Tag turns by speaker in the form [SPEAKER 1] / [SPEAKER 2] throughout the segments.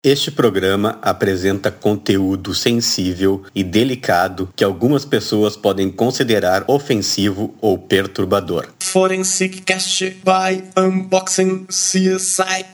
[SPEAKER 1] Este programa apresenta conteúdo sensível e delicado que algumas pessoas podem considerar ofensivo ou perturbador.
[SPEAKER 2] Forensic Cast by Unboxing CSI.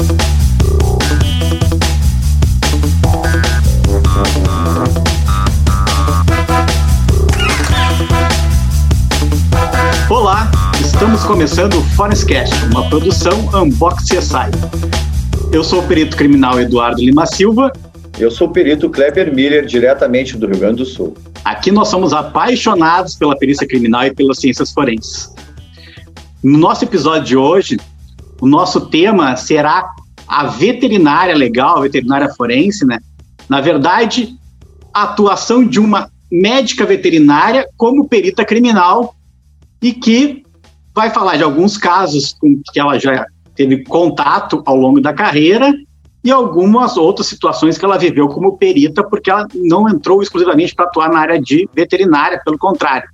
[SPEAKER 3] Olá, estamos começando o Forensic Cast, uma produção Unboxing CSI. Eu sou o perito criminal Eduardo Lima Silva.
[SPEAKER 4] Eu sou o perito Kleber Miller, diretamente do Rio Grande do Sul.
[SPEAKER 3] Aqui nós somos apaixonados pela perícia criminal e pelas ciências forenses. No nosso episódio de hoje, o nosso tema será a veterinária legal, a veterinária forense, né? Na verdade, a atuação de uma médica veterinária como perita criminal e que vai falar de alguns casos com que ela já teve contato ao longo da carreira e algumas outras situações que ela viveu como perita, porque ela não entrou exclusivamente para atuar na área de veterinária, pelo contrário.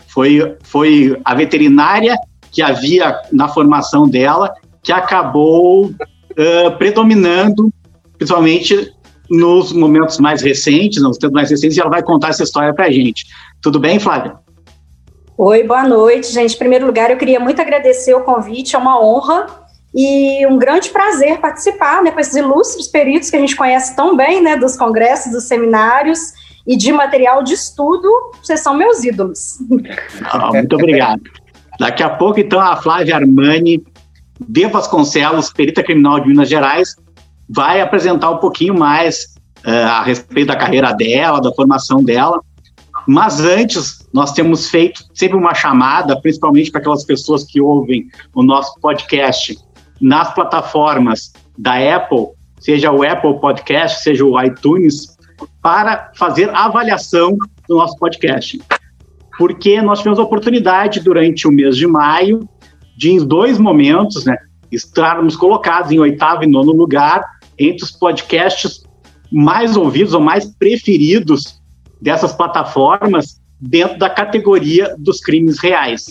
[SPEAKER 3] Foi a veterinária que havia na formação dela que acabou predominando, principalmente nos momentos mais recentes, nos tempos mais recentes, e ela vai contar essa história para a gente. Tudo bem, Flávia?
[SPEAKER 5] Oi, boa noite, gente. Em primeiro lugar, eu queria muito agradecer o convite, é uma honra e um grande prazer participar, né, com esses ilustres peritos que a gente conhece tão bem, né, dos congressos, dos seminários e de material de estudo. Vocês são meus ídolos.
[SPEAKER 3] Muito obrigado. Daqui a pouco, então, a Flávia Armani de Vasconcelos, perita criminal de Minas Gerais, vai apresentar um pouquinho mais a respeito da carreira dela, da formação dela. Mas antes, nós temos feito sempre uma chamada, principalmente para aquelas pessoas que ouvem o nosso podcast nas plataformas da Apple, seja o Apple Podcast, seja o iTunes, para fazer a avaliação do nosso podcast. Porque nós tivemos a oportunidade, durante o mês de maio, de, em 2 momentos, né, estarmos colocados em 8º e 9º lugar entre os podcasts mais ouvidos ou mais preferidos dessas plataformas dentro da categoria dos crimes reais.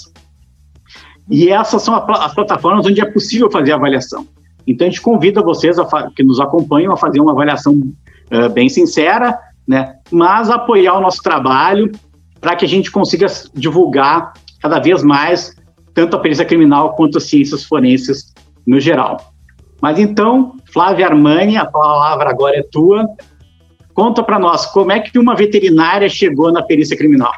[SPEAKER 3] E essas são as plataformas onde é possível fazer a avaliação. Então, a gente convida vocês que nos acompanham a fazer uma avaliação bem sincera, né, mas apoiar o nosso trabalho para que a gente consiga divulgar cada vez mais tanto a perícia criminal quanto as ciências forenses no geral. Mas então, Flávia Armani, a palavra agora é tua. Conta para nós, como é que uma veterinária chegou na perícia criminal?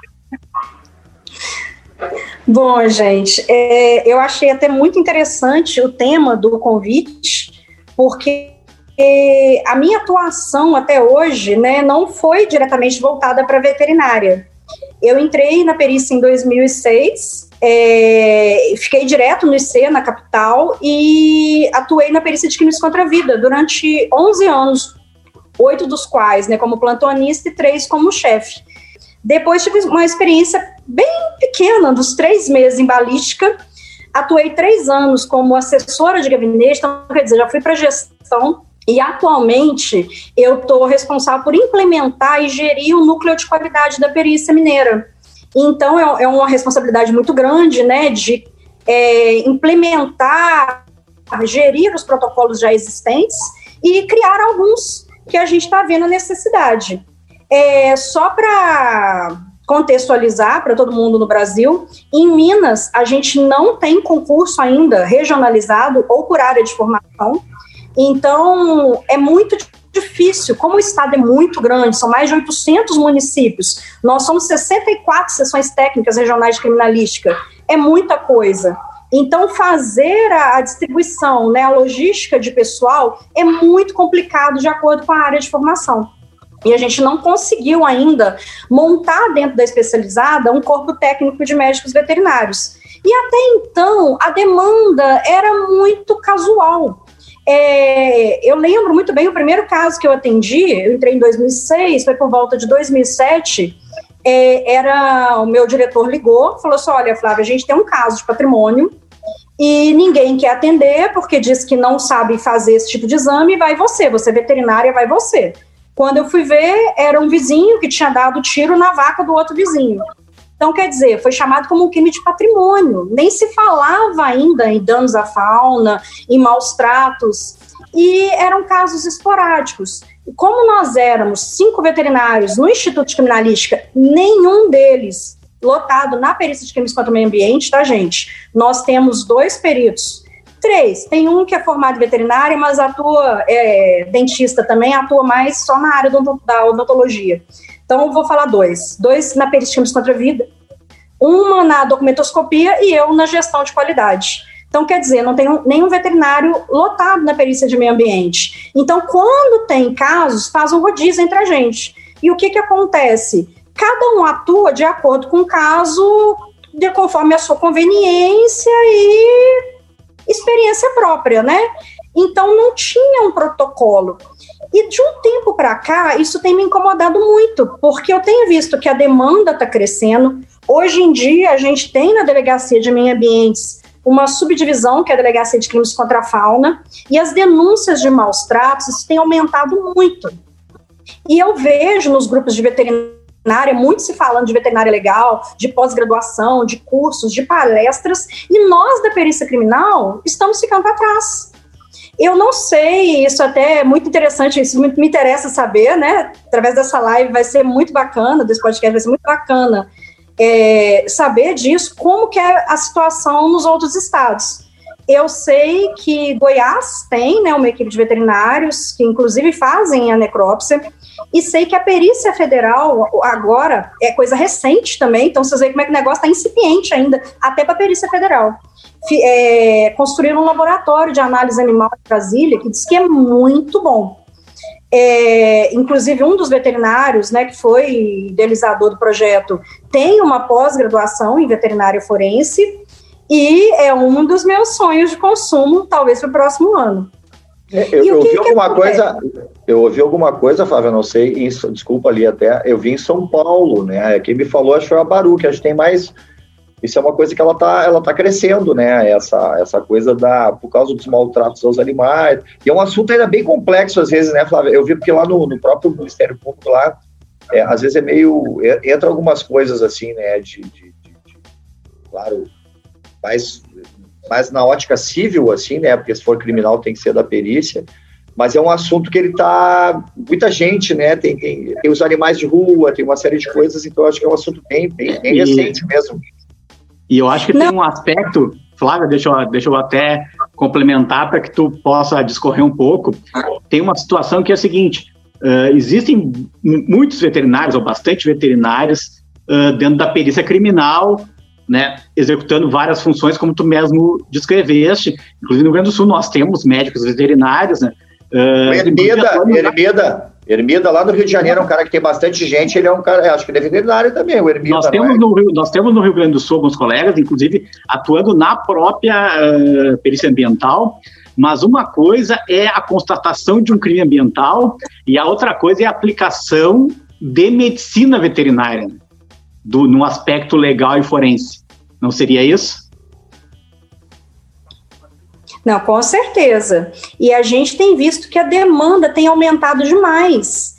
[SPEAKER 5] Bom, gente, eu achei até muito interessante o tema do convite, porque a minha atuação até hoje, né, não foi diretamente voltada para veterinária. Eu entrei na perícia em 2006, fiquei direto no IC, na capital, e atuei na perícia de crimes contra a vida durante 11 anos, 8 dos quais, né, como plantonista e 3 como chefe. Depois tive uma experiência bem pequena, dos 3 meses em balística, atuei 3 anos como assessora de gabinete, então, quer dizer, já fui para gestão, e atualmente eu estou responsável por implementar e gerir o núcleo de qualidade da perícia mineira. Então é uma responsabilidade muito grande, né, de implementar, gerir os protocolos já existentes e criar alguns que a gente está vendo a necessidade. Só para contextualizar para todo mundo no Brasil, em Minas a gente não tem concurso ainda regionalizado ou por área de formação, então é muito difícil, como o estado é muito grande, são mais de 800 municípios, nós somos 64 seções técnicas regionais de criminalística, é muita coisa. Então, fazer a distribuição, né, a logística de pessoal é muito complicado de acordo com a área de formação. E a gente não conseguiu ainda montar dentro da especializada um corpo técnico de médicos veterinários. E até então, a demanda era muito casual. Eu lembro muito bem o primeiro caso que eu atendi, eu entrei em 2006, foi por volta de 2007, o meu diretor ligou, falou assim, olha, Flávia, a gente tem um caso de patrimônio e ninguém quer atender porque diz que não sabe fazer esse tipo de exame, vai você é veterinária, vai você. Quando eu fui ver, era um vizinho que tinha dado tiro na vaca do outro vizinho. Então, quer dizer, foi chamado como um crime de patrimônio. Nem se falava ainda em danos à fauna, em maus tratos, e eram casos esporádicos. Como nós éramos 5 veterinários no Instituto de Criminalística, nenhum deles lotado na perícia de crimes contra o meio ambiente, tá, gente? Nós temos 2 peritos. 3, tem um que é formado em veterinária, mas atua, dentista também, atua mais só na área da odontologia. Então, eu vou falar 2 na perícia de crimes contra a vida, uma na documentoscopia e eu na gestão de qualidade. Então, quer dizer, não tem nenhum veterinário lotado na perícia de meio ambiente. Então, quando tem casos, faz um rodízio entre a gente. E o que acontece? Cada um atua de acordo com o caso, conforme a sua conveniência e experiência própria, né? Então, não tinha um protocolo. E de um tempo para cá, isso tem me incomodado muito, porque eu tenho visto que a demanda está crescendo. Hoje em dia, a gente tem na Delegacia de Meio Ambientes uma subdivisão, que é a Delegacia de Crimes contra a Fauna, e as denúncias de maus tratos, isso tem aumentado muito. E eu vejo nos grupos de veterinária, muito se falando de veterinária legal, de pós-graduação, de cursos, de palestras, e nós da perícia criminal estamos ficando para trás. Eu não sei, isso até é muito interessante, isso me interessa saber, né? Através dessa live vai ser muito bacana, desse podcast vai ser muito bacana, saber disso, como que é a situação nos outros estados. Eu sei que Goiás tem, né, uma equipe de veterinários que inclusive fazem a necrópsia, e sei que a Perícia Federal agora é coisa recente também, então vocês veem como é que o negócio está incipiente ainda, até para a Perícia Federal. Construíram um laboratório de análise animal em Brasília, que diz que é muito bom. Inclusive um dos veterinários, né, que foi idealizador do projeto, tem uma pós-graduação em veterinária forense e é um dos meus sonhos de consumo, talvez para o próximo ano.
[SPEAKER 4] Eu ouvi alguma coisa, Flávia, não sei, desculpa ali até, eu vi em São Paulo, né, quem me falou acho que foi a Baru, que a gente tem mais, isso é uma coisa que ela tá crescendo, né, essa coisa por causa dos maltratos aos animais, e é um assunto ainda bem complexo às vezes, né, Flávia, eu vi porque lá no próprio Ministério Público lá, às vezes entra algumas coisas assim, né, claro, mais na ótica civil, assim, né, porque se for criminal tem que ser da perícia, mas é um assunto que ele tá, muita gente, né, tem os animais de rua, tem uma série de coisas, então eu acho que é um assunto bem recente mesmo.
[SPEAKER 3] E eu acho que tem um aspecto, Flávia, deixa eu até complementar para que tu possa discorrer um pouco. Tem uma situação que é a seguinte, existem muitos veterinários, ou bastante veterinários, dentro da perícia criminal, né, executando várias funções, como tu mesmo descreveste. Inclusive no Rio Grande do Sul nós temos médicos veterinários, né? Ermida, lá no Rio de Janeiro, é um cara que tem bastante gente, ele é um cara, acho que ele é veterinário também, o Ermida. Nós temos no Rio Grande do Sul alguns colegas, inclusive, atuando na própria perícia ambiental, mas uma coisa é a constatação de um crime ambiental e a outra coisa é a aplicação de medicina veterinária, no aspecto legal e forense. Não seria isso?
[SPEAKER 5] Não, com certeza. E a gente tem visto que a demanda tem aumentado demais.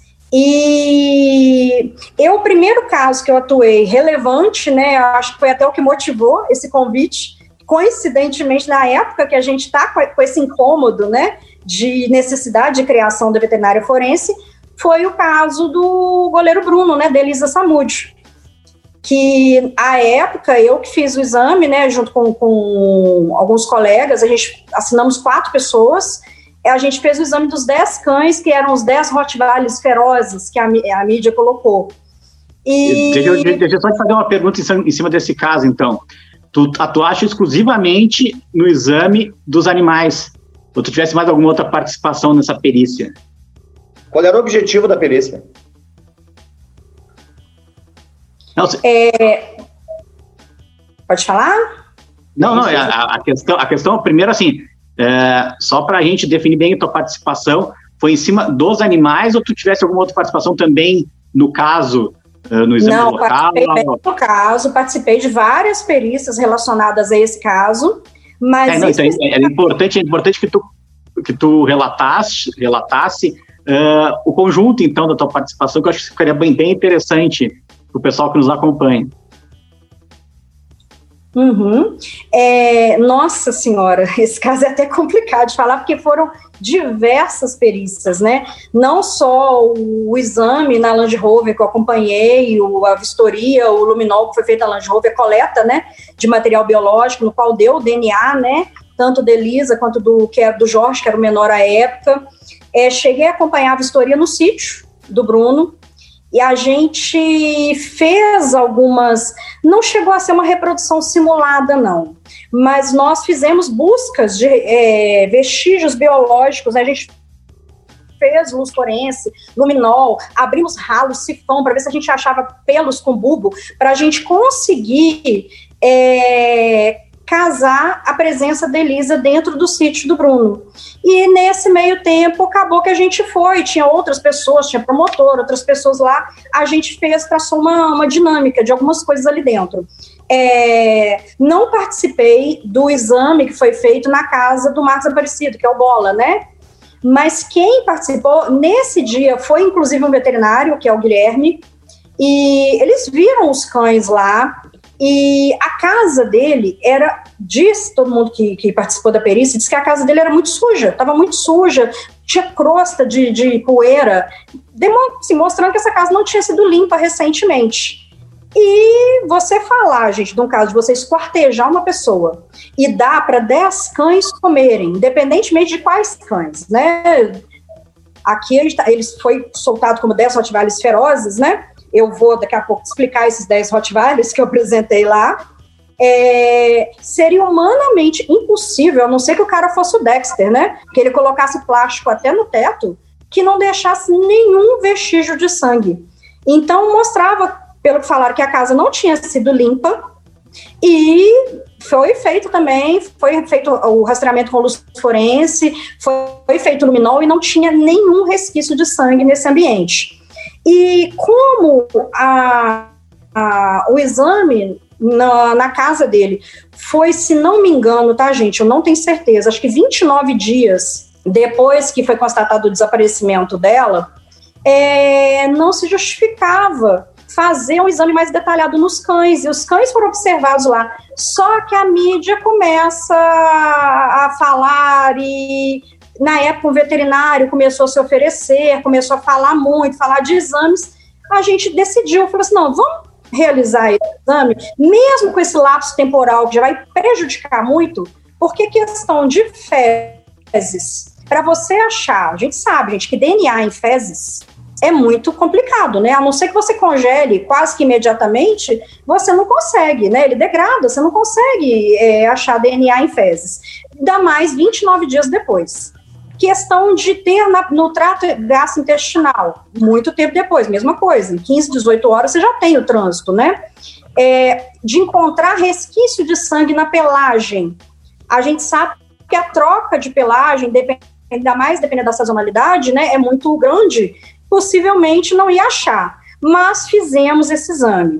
[SPEAKER 5] E o primeiro caso que eu atuei relevante, né, acho que foi até o que motivou esse convite, coincidentemente na época que a gente está com esse incômodo, né, de necessidade de criação da veterinária forense, foi o caso do goleiro Bruno, né, da Elisa Samúdio. Que, à época, eu que fiz o exame, né, junto com alguns colegas, a gente assinamos 4 pessoas, a gente fez o exame dos 10 cães, que eram os 10 Rottweilers ferozes que a mídia colocou. Deixa
[SPEAKER 3] eu só te fazer uma pergunta em cima desse caso, então. Tu atuaste exclusivamente no exame dos animais, ou tu tivesse mais alguma outra participação nessa perícia?
[SPEAKER 4] Qual era o objetivo da perícia?
[SPEAKER 3] Não,
[SPEAKER 5] Pode falar?
[SPEAKER 3] Não, a questão primeiro assim, só para a gente definir bem a tua participação, foi em cima dos animais ou tu tivesse alguma outra participação também no caso, no exame local? Não,
[SPEAKER 5] participei do caso, participei de várias perícias relacionadas a esse caso, mas...
[SPEAKER 3] Então, é importante que tu relatasse o conjunto, então, da tua participação, que eu acho que ficaria bem interessante para o pessoal que nos acompanha.
[SPEAKER 5] Uhum. Nossa senhora, esse caso é até complicado de falar, porque foram diversas perícias, né? Não só o exame na Land Rover que eu acompanhei, a vistoria, o luminol que foi feito na Land Rover, a coleta, né, de material biológico, no qual deu o DNA, né, tanto da Elisa quanto do Jorge, que era o menor à época. Cheguei a acompanhar a vistoria no sítio do Bruno, e a gente fez algumas, não chegou a ser uma reprodução simulada, não, mas nós fizemos buscas de vestígios biológicos, né? A gente fez luz forense, luminol, abrimos ralos, sifão, para ver se a gente achava pelos com bulbo, para a gente conseguir casar a presença da Elisa dentro do sítio do Bruno. E nesse meio tempo, acabou que a gente tinha outras pessoas, tinha promotor, outras pessoas lá, a gente traçou uma dinâmica de algumas coisas ali dentro. Não participei do exame que foi feito na casa do Marcos Aparecido, que é o Bola, né? Mas quem participou nesse dia foi inclusive um veterinário, que é o Guilherme, e eles viram os cães lá. E a casa dele diz todo mundo que participou da perícia, diz que a casa dele era muito suja, estava muito suja, tinha crosta de poeira, assim, mostrando que essa casa não tinha sido limpa recentemente. E você falar, gente, de um caso de você esquartejar uma pessoa e dar para 10 cães comerem, independentemente de quais cães, né? Aqui eles foi soltado como 10 rottweilers ferozes, né? Eu vou daqui a pouco explicar esses 10 rottweilers que eu apresentei lá. Seria humanamente impossível, a não ser que o cara fosse o Dexter, né? Que ele colocasse plástico até no teto, que não deixasse nenhum vestígio de sangue. Então mostrava, pelo que falaram, que a casa não tinha sido limpa, e foi feito o rastreamento com luz forense, foi feito luminol e não tinha nenhum resquício de sangue nesse ambiente. E como o exame na casa dele foi, se não me engano, tá, gente, eu não tenho certeza, acho que 29 dias depois que foi constatado o desaparecimento dela, não se justificava fazer um exame mais detalhado nos cães, e os cães foram observados lá. Só que a mídia começa a falar, e na época o veterinário começou a se oferecer, começou a falar muito, falar de exames. A gente decidiu, falou assim, não, vamos realizar esse exame, mesmo com esse lapso temporal que já vai prejudicar muito, porque questão de fezes, para você achar, a gente sabe, gente, que DNA em fezes é muito complicado, né? A não ser que você congele quase que imediatamente, você não consegue, né? Ele degrada, você não consegue achar DNA em fezes. Ainda mais 29 dias depois. Questão de ter no trato gastrointestinal, muito tempo depois, mesma coisa, em 15, 18 horas você já tem o trânsito, né? De encontrar resquício de sangue na pelagem. A gente sabe que a troca de pelagem, ainda mais dependendo da sazonalidade, né, é muito grande, possivelmente não ia achar, mas fizemos esse exame.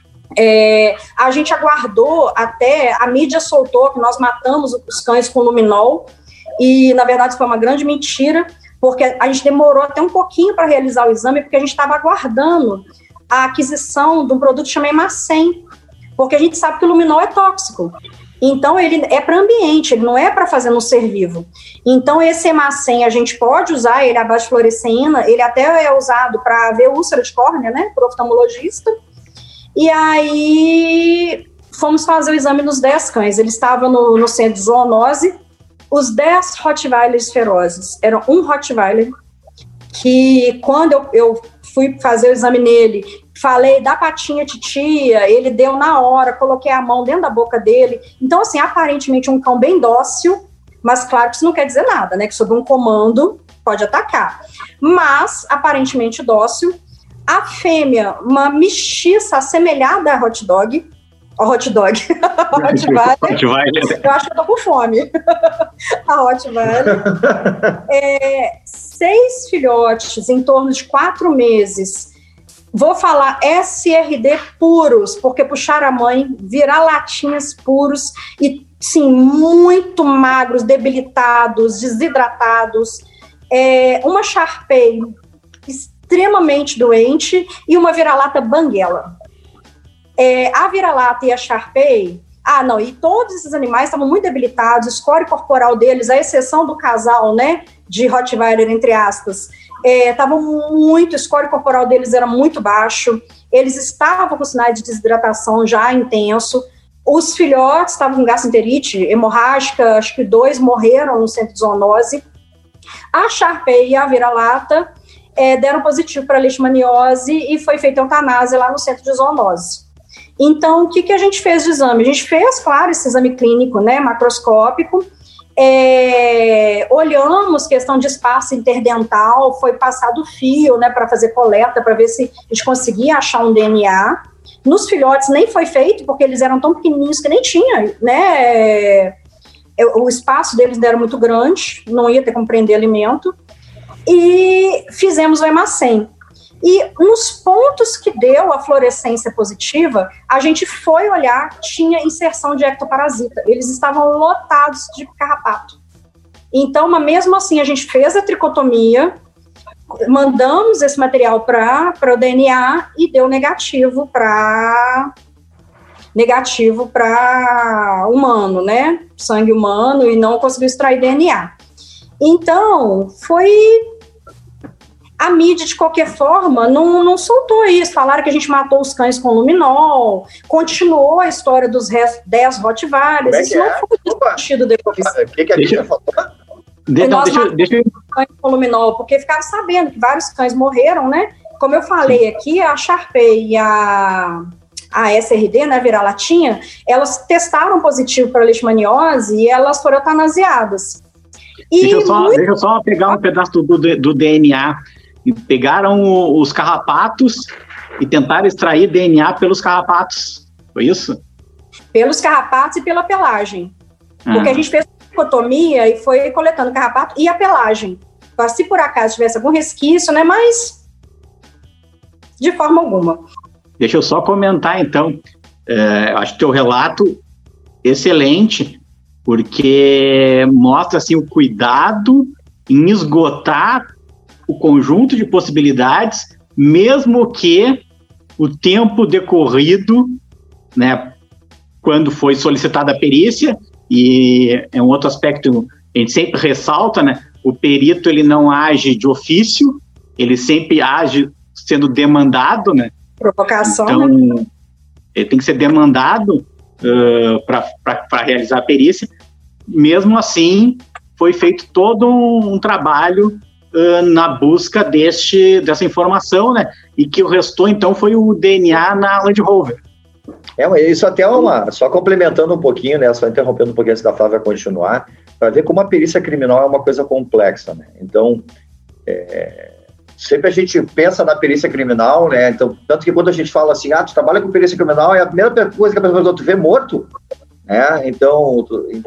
[SPEAKER 5] A gente aguardou até, a mídia soltou que nós matamos os cães com luminol, e na verdade foi uma grande mentira, porque a gente demorou até um pouquinho para realizar o exame, porque a gente estava aguardando a aquisição de um produto chamado Hemacem, porque a gente sabe que o luminol é tóxico. Então, ele é para ambiente, ele não é para fazer no ser vivo. Então, esse Hemacem, a gente pode usar, ele é a base de fluoresceína, ele até é usado para ver úlcera de córnea, né, por oftalmologista. E aí, fomos fazer o exame nos 10 cães. Ele estava no centro de zoonose. Os 10 rottweilers ferozes, eram um rottweiler, que quando eu fui fazer o exame nele, falei da patinha titia, ele deu na hora, coloquei a mão dentro da boca dele. Então, assim, aparentemente um cão bem dócil, mas claro que isso não quer dizer nada, né? Que sob um comando pode atacar. Mas, aparentemente dócil. A fêmea, uma mestiça assemelhada a hot dog. Rottweiler. Eu acho que eu tô com fome. A Rottweiler. 6 filhotes em torno de 4 meses. Vou falar SRD puros, porque puxaram a mãe, vira-latinhas puros e, sim, muito magros, debilitados, desidratados. Uma Shar-Pei extremamente doente e uma vira-lata banguela. A vira-lata e a Shar-Pei, Não, e todos esses animais estavam muito debilitados, o score corporal deles, à exceção do casal, né, de Rottweiler, entre aspas, o score corporal deles era muito baixo, eles estavam com sinais de desidratação já intenso, os filhotes estavam com gastroenterite hemorrágica, acho que 2 morreram no centro de zoonose, a Shar-Pei e a vira-lata deram positivo para leishmaniose e foi feita eutanásia lá no centro de zoonose. Então, o que a gente fez de exame? A gente fez, claro, esse exame clínico, né, macroscópico, olhamos questão de espaço interdental, foi passado fio, né, para fazer coleta, para ver se a gente conseguia achar um DNA. Nos filhotes nem foi feito, porque eles eram tão pequenininhos que nem tinha, né, o espaço deles não era muito grande, não ia ter como prender alimento, e fizemos o hemacem. E nos pontos que deu a fluorescência positiva, a gente foi olhar, tinha inserção de ectoparasita. Eles estavam lotados de carrapato. Então, mas mesmo assim, a gente fez a tricotomia, mandamos esse material para o DNA e deu negativo para humano, né? Sangue humano, e não conseguiu extrair DNA. Então, a mídia, de qualquer forma, não soltou isso. Falaram que a gente matou os cães com luminol, continuou a história dos 10 Rottweilers. Isso não foi discutido depois.
[SPEAKER 4] O que a gente falou?
[SPEAKER 5] Deixa eu... cães com luminol, porque ficaram sabendo que vários cães morreram, né? Como eu falei aqui, a Shar-Pei e a SRD, né, vira-latinha, elas testaram positivo para leishmaniose e elas foram eutanasiadas.
[SPEAKER 3] Deixa eu só pegar um pedaço do DNA. E pegaram os carrapatos e tentaram extrair DNA pelos carrapatos. Foi isso?
[SPEAKER 5] Pelos carrapatos e pela pelagem. Porque a gente fez tricotomia e foi coletando carrapato e a pelagem. Para se por acaso tivesse algum resquício, né? Mas de forma alguma.
[SPEAKER 3] Deixa eu só comentar, então. Acho que teu relato excelente, porque mostra assim, o cuidado em esgotar o conjunto de possibilidades, mesmo que o tempo decorrido, né, quando foi solicitada a perícia, e é um outro aspecto, a gente sempre ressalta, né, o perito ele não age de ofício, ele sempre age sendo demandado, né?
[SPEAKER 5] Provocação.
[SPEAKER 3] Então, ele tem que ser demandado para realizar a perícia. Mesmo assim, foi feito todo um trabalho na busca dessa informação, né? E que o restou, então, foi o DNA na Land Rover.
[SPEAKER 4] Isso até só complementando um pouquinho, né? Só interrompendo um pouquinho antes da Flávia continuar, para ver como a perícia criminal é uma coisa complexa, né? Então, sempre a gente pensa na perícia criminal, né? Então, tanto que quando a gente fala assim, tu trabalha com perícia criminal, é a primeira coisa que a pessoa vê morto, né? Então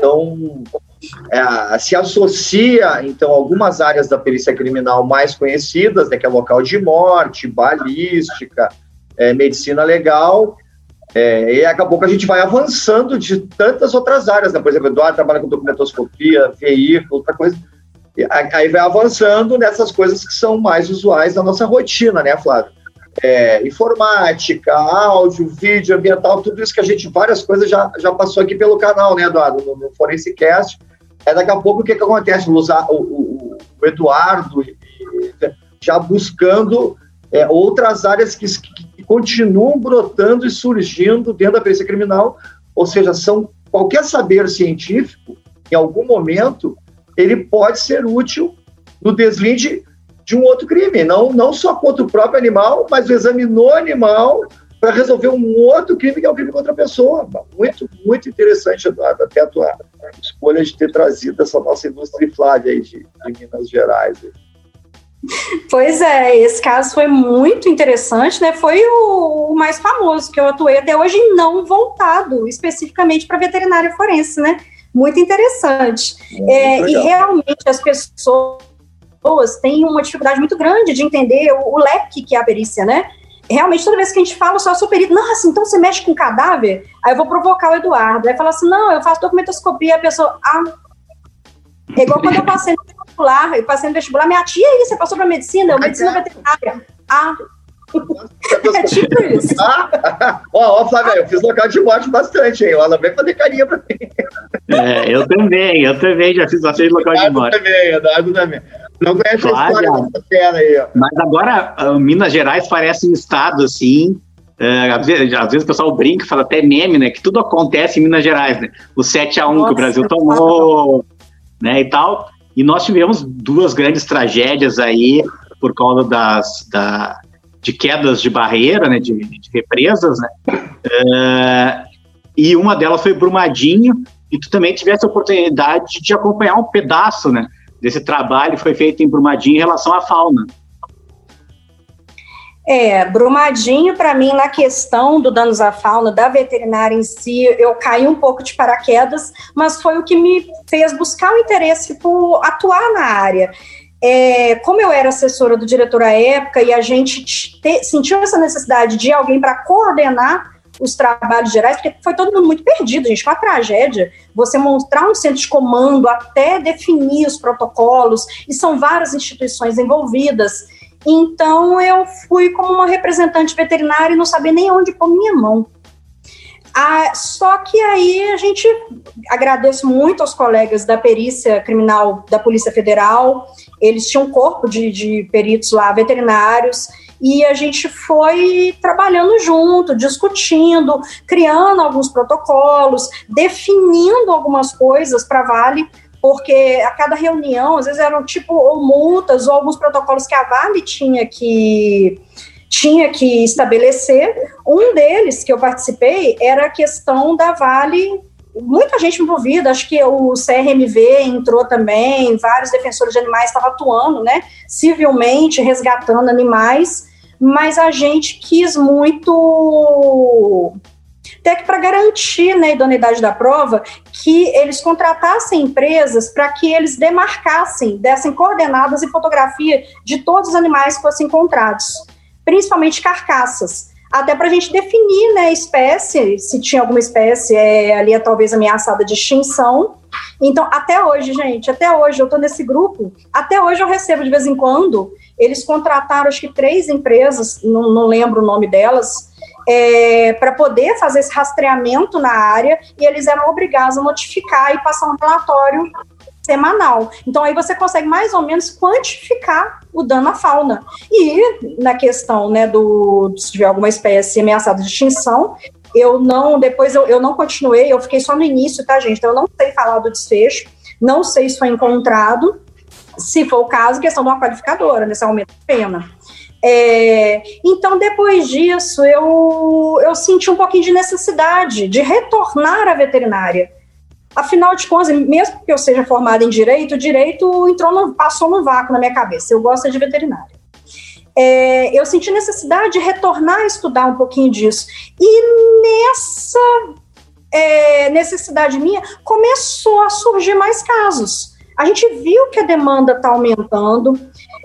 [SPEAKER 4] se associa, então, algumas áreas da perícia criminal mais conhecidas, né, que é local de morte, balística, medicina legal, e acabou que a gente vai avançando de tantas outras áreas, né? Por exemplo, o Eduardo trabalha com documentoscopia, veículo, outra coisa, e aí vai avançando nessas coisas que são mais usuais da nossa rotina, né, Flávio? Informática, áudio, vídeo, ambiental, tudo isso que a gente, várias coisas já passou aqui pelo canal, né, Eduardo, no ForenseCast. Daqui a pouco o que acontece? O Eduardo já buscando outras áreas que continuam brotando e surgindo dentro da perícia criminal, ou seja, qualquer saber científico, em algum momento, ele pode ser útil no deslinde de um outro crime, não só contra o próprio animal, mas o exame no animal para resolver um outro crime, que é o crime contra a pessoa. Muito, muito interessante, Eduardo, até a tua escolha de ter trazido essa nossa indústria Flávia aí de Minas Gerais.
[SPEAKER 5] Pois é, esse caso foi muito interessante, né? Foi o mais famoso que eu atuei até hoje, não voltado especificamente para veterinária forense, né? Muito interessante. E realmente as pessoas têm uma dificuldade muito grande de entender o leque que é a perícia, né? Realmente, toda vez que a gente fala, eu sou perito, nossa, então você mexe com cadáver? Aí eu vou provocar o Eduardo, aí fala assim, não, eu faço documentoscopia, a pessoa, é igual quando eu passei no vestibular, minha tia, aí você passou para medicina, medicina veterinária, É tipo isso.
[SPEAKER 4] Ó, Flávia, eu fiz local de morte bastante, hein? Ela vem fazer carinha pra mim.
[SPEAKER 3] Eu também já fiz bastante local de morte.
[SPEAKER 4] Eduardo também. Não conhece a história dessa cena aí, ó.
[SPEAKER 3] Mas agora, Minas Gerais parece um estado, assim, às vezes o pessoal brinca, fala até meme, né, que tudo acontece em Minas Gerais, né? O 7-1 que o Brasil tomou, né, e tal. E nós tivemos 2 grandes tragédias aí, por causa de quedas de barreira, né, de represas, né? E uma delas foi Brumadinho, e tu também tivesse a oportunidade de acompanhar um pedaço, né, desse trabalho que foi feito em Brumadinho em relação à fauna.
[SPEAKER 5] Brumadinho, para mim, na questão do danos à fauna, da veterinária em si, eu caí um pouco de paraquedas, mas foi o que me fez buscar o interesse por atuar na área. Como eu era assessora do diretor à época e a gente sentiu essa necessidade de alguém para coordenar os trabalhos gerais, porque foi todo mundo muito perdido, gente, uma tragédia, você montar um centro de comando até definir os protocolos, e são várias instituições envolvidas. Então eu fui como uma representante veterinária e não sabia nem onde pôr minha mão. Só que aí a gente agradece muito aos colegas da perícia criminal da Polícia Federal, eles tinham um corpo de peritos lá, veterinários, e a gente foi trabalhando junto, discutindo, criando alguns protocolos, definindo algumas coisas para a Vale, porque a cada reunião, às vezes eram ou multas ou alguns protocolos que a Vale tinha que estabelecer. Um deles que eu participei era a questão da Vale, muita gente envolvida, acho que o CRMV entrou também, vários defensores de animais estavam atuando, né, civilmente, resgatando animais, mas a gente quis muito, até que para garantir, né, a idoneidade da prova, que eles contratassem empresas para que eles demarcassem, dessem coordenadas e fotografia de todos os animais que fossem encontrados, principalmente carcaças, até para a gente definir, né, espécie, se tinha alguma espécie ali talvez ameaçada de extinção. Então, até hoje, gente, eu estou nesse grupo, até hoje eu recebo de vez em quando, eles contrataram acho que 3 empresas, não lembro o nome delas, para poder fazer esse rastreamento na área, e eles eram obrigados a notificar e passar um relatório semanal. Então, aí você consegue mais ou menos quantificar o dano à fauna. E na questão, né, se tiver alguma espécie ameaçada de extinção, eu não continuei, eu fiquei só no início, tá, gente? Então, eu não sei falar do desfecho, não sei se foi encontrado, se for o caso, questão de uma qualificadora, nesse aumento de pena. Então, depois disso, eu senti um pouquinho de necessidade de retornar à veterinária. Afinal de contas, mesmo que eu seja formada em direito, o direito passou no vácuo na minha cabeça. Eu gosto de veterinária. Eu senti necessidade de retornar a estudar um pouquinho disso. E nessa necessidade minha, começou a surgir mais casos. A gente viu que a demanda está aumentando.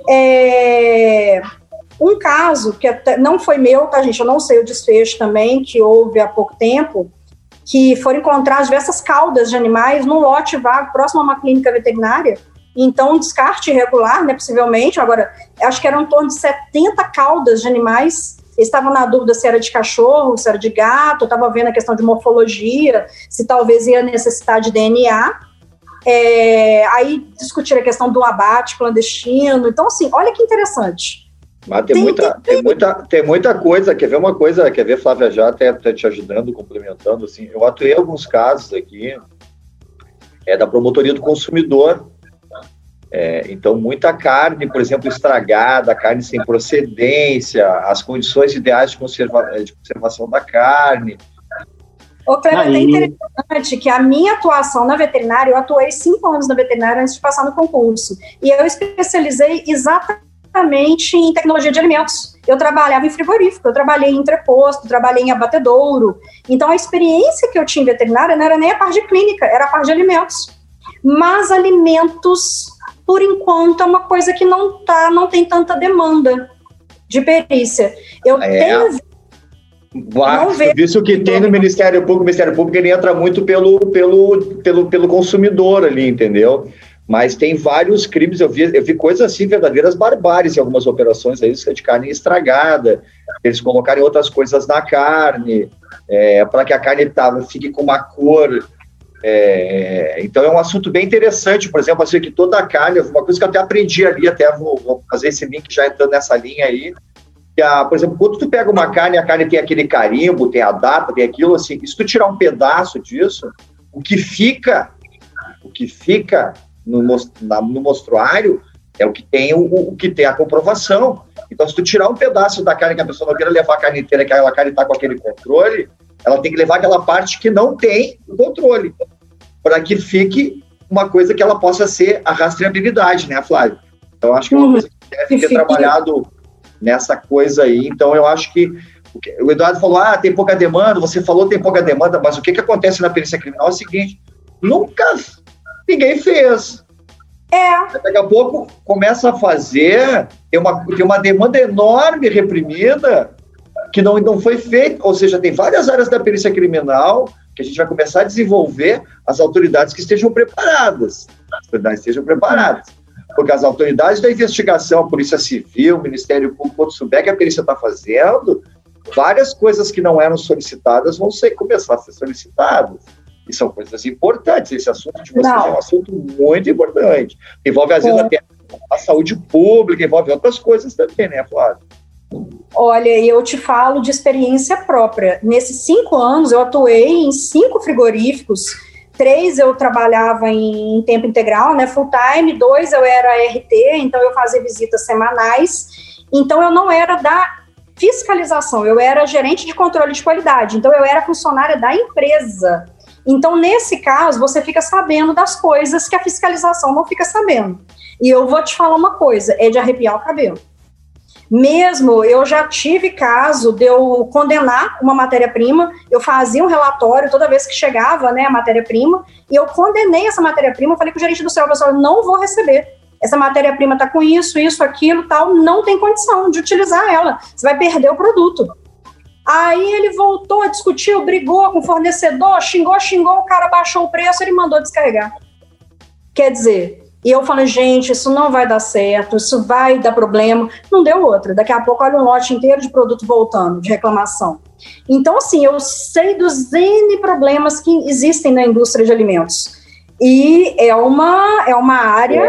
[SPEAKER 5] Um caso, que até não foi meu, tá, gente? Eu não sei o desfecho também, que houve há pouco tempo, que foram encontradas diversas caudas de animais num lote vago próximo a uma clínica veterinária. Então, um descarte irregular, né, possivelmente. Agora, acho que eram em torno de 70 caudas de animais. Eles estavam na dúvida se era de cachorro, se era de gato, estava vendo a questão de morfologia, se talvez ia necessitar de DNA. Aí discutiram a questão do abate clandestino. Então, assim, olha que interessante.
[SPEAKER 4] Mas tem muita coisa. Quer ver uma coisa? Quer ver, Flávia, já até te ajudando, complementando, assim. Eu atuei em alguns casos aqui, da promotoria do consumidor. Então, muita carne, por exemplo, estragada, carne sem procedência, as condições ideais de conservação da carne.
[SPEAKER 5] Cléber, é interessante que a minha atuação na veterinária, eu atuei 5 anos na veterinária antes de passar no concurso, e eu especializei exatamente em tecnologia de alimentos. Eu trabalhava em frigorífico, eu trabalhei em entreposto, trabalhei em abatedouro. Então, a experiência que eu tinha em veterinária não era nem a parte de clínica, era a parte de alimentos. Mas alimentos, por enquanto, é uma coisa que não tem tanta demanda de perícia. Eu tenho
[SPEAKER 4] visto que tem no Ministério Público, o Ministério Público ele entra muito pelo consumidor ali, entendeu? Mas tem vários crimes, eu vi coisas assim, verdadeiras barbáries em algumas operações aí, de carne estragada, eles colocarem outras coisas na carne, para que a carne fique com uma cor. Então é um assunto bem interessante, por exemplo, assim, que toda a carne, uma coisa que eu até aprendi ali, até vou fazer esse link já entrando nessa linha aí, que por exemplo, quando tu pega uma carne, a carne tem aquele carimbo, tem a data, tem aquilo, assim, se tu tirar um pedaço disso, o que fica no mostruário é o que tem o que tem a comprovação. Então, se tu tirar um pedaço da carne que a pessoa não queira levar a carne inteira, que aquela carne está com aquele controle, ela tem que levar aquela parte que não tem o controle, para que fique uma coisa que ela possa ser a rastreabilidade, né, Flávio? Então, acho que é uma coisa que deve ter trabalhado nessa coisa aí. Então, eu acho que o Eduardo falou, tem pouca demanda, você falou tem pouca demanda, mas o que acontece na perícia criminal é o seguinte, ninguém fez. Daqui a pouco começa a fazer, tem uma demanda enorme reprimida que não foi feita, ou seja, tem várias áreas da perícia criminal que a gente vai começar a desenvolver as autoridades que estejam preparadas. Porque as autoridades da investigação, a Polícia Civil, o Ministério Público, quando souber que a perícia está fazendo, várias coisas que não eram solicitadas vão começar a ser solicitadas. E são coisas importantes. Esse assunto de vocês é um assunto muito importante. Envolve, às vezes, até a saúde pública, envolve outras coisas também, né, Flávio?
[SPEAKER 5] Olha, eu te falo de experiência própria. Nesses 5 anos, eu atuei em 5 frigoríficos. 3 eu trabalhava em tempo integral, né, full time. 2 eu era RT, então eu fazia visitas semanais. Então, eu não era da fiscalização, eu era gerente de controle de qualidade. Então, eu era funcionária da empresa. Então, nesse caso, você fica sabendo das coisas que a fiscalização não fica sabendo. E eu vou te falar uma coisa, é de arrepiar o cabelo. Mesmo, eu já tive caso de eu condenar uma matéria-prima, eu fazia um relatório toda vez que chegava, né, a matéria-prima, e eu condenei essa matéria-prima, falei com o gerente do céu, pessoal, eu não vou receber. Essa matéria-prima está com isso, aquilo, tal, não tem condição de utilizar ela, você vai perder o produto. Aí ele voltou, discutiu, brigou com o fornecedor, xingou, o cara baixou o preço, ele mandou descarregar. Quer dizer, e eu falei, gente, isso não vai dar certo, isso vai dar problema. Não deu outra. Daqui a pouco, olha um lote inteiro de produto voltando, de reclamação. Então, assim, eu sei dos N problemas que existem na indústria de alimentos. E é uma área...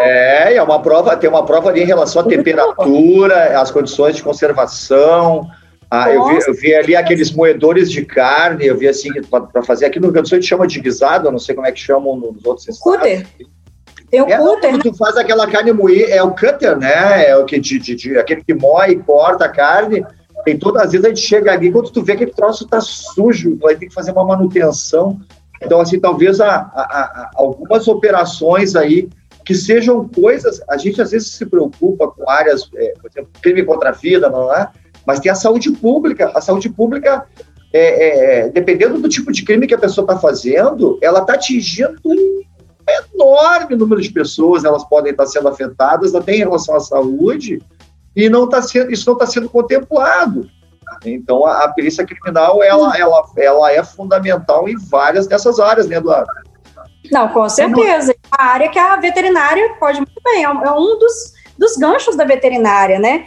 [SPEAKER 4] tem uma prova ali em relação à temperatura, às condições de conservação... eu vi ali aqueles moedores de carne, eu vi assim, para fazer aqui no Rio Grande do Sul, a gente chama de guisado, eu não sei como é que chamam nos outros estados.
[SPEAKER 5] Cutter. Tem o cutter.
[SPEAKER 4] Tu faz aquela carne moída, é o cutter, né? É o que aquele que moe e corta a carne. Tem todas as vezes a gente chega ali, quando tu vê que aquele troço tá sujo, tu vai ter que fazer uma manutenção. Então, assim, talvez algumas operações aí que sejam coisas, a gente às vezes se preocupa com áreas, por exemplo, crime contra a vida, não é? Mas tem a saúde pública. A saúde pública, dependendo do tipo de crime que a pessoa está fazendo, ela está atingindo um enorme número de pessoas, elas podem estar sendo afetadas até em relação à saúde, e isso não está sendo contemplado. Então, a perícia criminal, ela é fundamental em várias dessas áreas, né, Eduardo?
[SPEAKER 5] Não, com certeza. A área que a veterinária pode muito bem, é um dos ganchos da veterinária, né?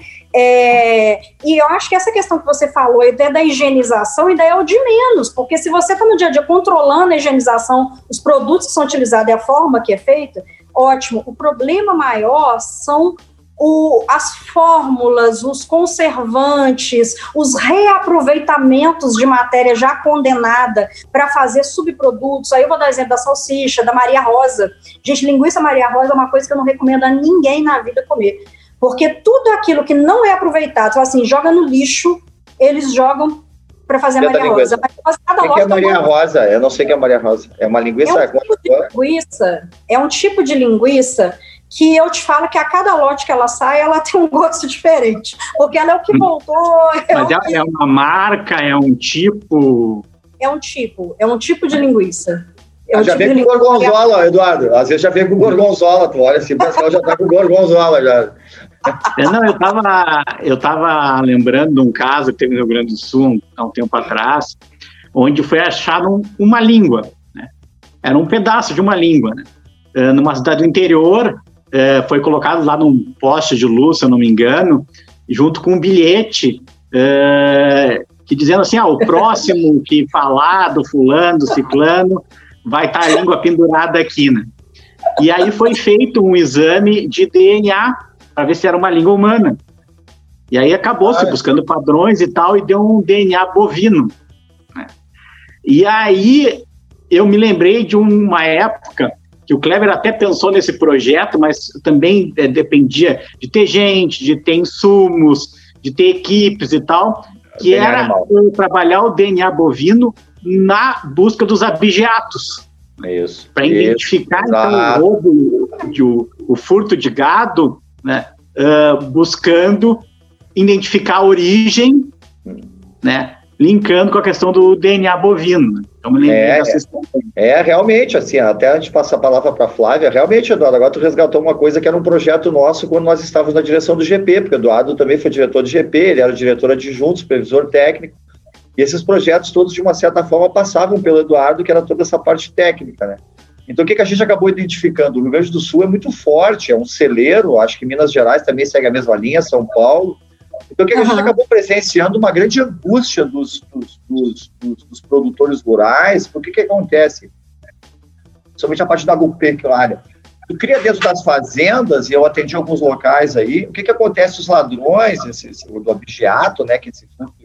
[SPEAKER 5] E eu acho que essa questão que você falou até da higienização ainda é o de menos, porque se você está no dia a dia controlando a higienização, os produtos que são utilizados e a forma que é feita, ótimo. O problema maior são as fórmulas, os conservantes, os reaproveitamentos de matéria já condenada para fazer subprodutos. Aí eu vou dar exemplo da salsicha, da Maria Rosa. Gente, linguiça Maria Rosa é uma coisa que eu não recomendo a ninguém na vida comer. Porque tudo aquilo que não é aproveitado, assim, joga no lixo, eles jogam para fazer a Maria Rosa.
[SPEAKER 4] O que é Maria Rosa? Eu não sei o que é Maria Rosa. É uma linguiça?
[SPEAKER 5] É um tipo de linguiça que eu te falo que a cada lote que ela sai, ela tem um gosto diferente. Porque ela é o que voltou...
[SPEAKER 6] Mas é uma marca, é um tipo...
[SPEAKER 5] É um tipo de linguiça.
[SPEAKER 4] Já vem com gorgonzola, Eduardo. Às vezes já vem com gorgonzola. Tu olha assim, o pessoal já tá com gorgonzola já.
[SPEAKER 6] Eu tava lembrando de um caso que teve no Rio Grande do Sul há um tempo atrás, onde foi achado uma língua, né? Era um pedaço de uma língua, né? Numa cidade do interior, foi colocado lá num poste de luz, se eu não me engano, junto com um bilhete que dizendo assim, o próximo que falar do fulano, do ciclano, vai estar a língua pendurada aqui, né? E aí foi feito um exame de DNA para ver se era uma língua humana. E aí acabou-se buscando padrões e tal, e deu um DNA bovino, né? E aí eu me lembrei de uma época que o Clever até pensou nesse projeto, mas também dependia de ter gente, de ter insumos, de ter equipes e tal, que era trabalhar o DNA bovino na busca dos abigeatos.
[SPEAKER 4] Isso.
[SPEAKER 6] Para identificar então, o furto de gado, né, buscando identificar a origem, né, linkando com a questão do DNA bovino. Então, me lembrei dessa história.
[SPEAKER 4] Realmente, assim, até a gente passa a palavra para a Flávia, realmente, Eduardo, agora tu resgatou uma coisa que era um projeto nosso quando nós estávamos na direção do GP, porque o Eduardo também foi diretor do GP, ele era o diretor adjunto, supervisor técnico, e esses projetos todos, de uma certa forma, passavam pelo Eduardo, que era toda essa parte técnica, né? Então, o que a gente acabou identificando? O Rio Grande do Sul é muito forte, é um celeiro, acho que Minas Gerais também segue a mesma linha, São Paulo. Então, o que a gente acabou presenciando? Uma grande angústia dos produtores rurais. Por que acontece? Principalmente a parte da agropecuária. Tu cria dentro das fazendas, e eu atendi alguns locais aí, o que acontece? Os ladrões, do abigeato, né, que esse fruto,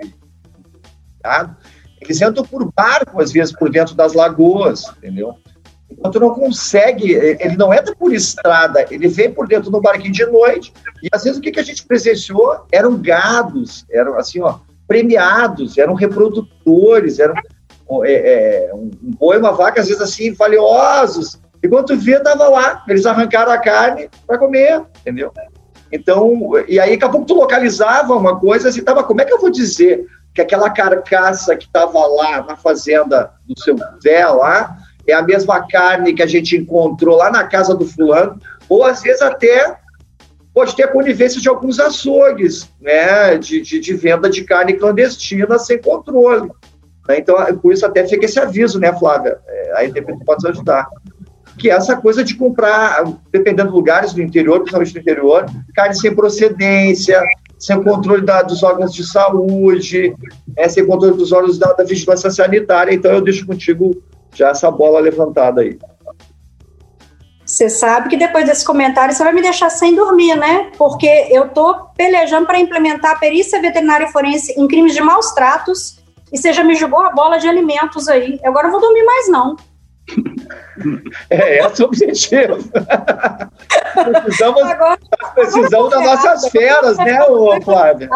[SPEAKER 4] eles entram por barco, às vezes, por dentro das lagoas, entendeu? Então, tu não consegue, ele não entra por estrada, ele vem por dentro do barquinho de noite, e às vezes o que a gente presenciou eram gados, eram assim, premiados, eram reprodutores, eram um boi e uma vaca, às vezes assim, valiosos, e quando tu via, tava lá, eles arrancaram a carne para comer, entendeu? Então, e aí, daqui a pouco tu localizava uma coisa assim, como é que eu vou dizer que aquela carcaça que estava lá na fazenda do seu Zé lá, é a mesma carne que a gente encontrou lá na casa do fulano, ou às vezes até pode ter a conivência de alguns açougues, né, de venda de carne clandestina sem controle. Né? Então, por isso até fica esse aviso, né, Flávia? Aí depois tu pode ajudar. Que é essa coisa de comprar, dependendo de lugares do interior, principalmente do interior, carne sem procedência, sem controle dos órgãos de saúde, sem controle dos órgãos da vigilância sanitária. Então, eu deixo contigo já essa bola levantada aí.
[SPEAKER 5] Você sabe que depois desse comentário você vai me deixar sem dormir, né? Porque eu tô pelejando para implementar a perícia veterinária forense em crimes de maus tratos e você já me jogou a bola de alimentos aí. Agora eu não vou dormir mais, não.
[SPEAKER 4] Esse é o objetivo. Precisamos das nossas feras, né, Flávia?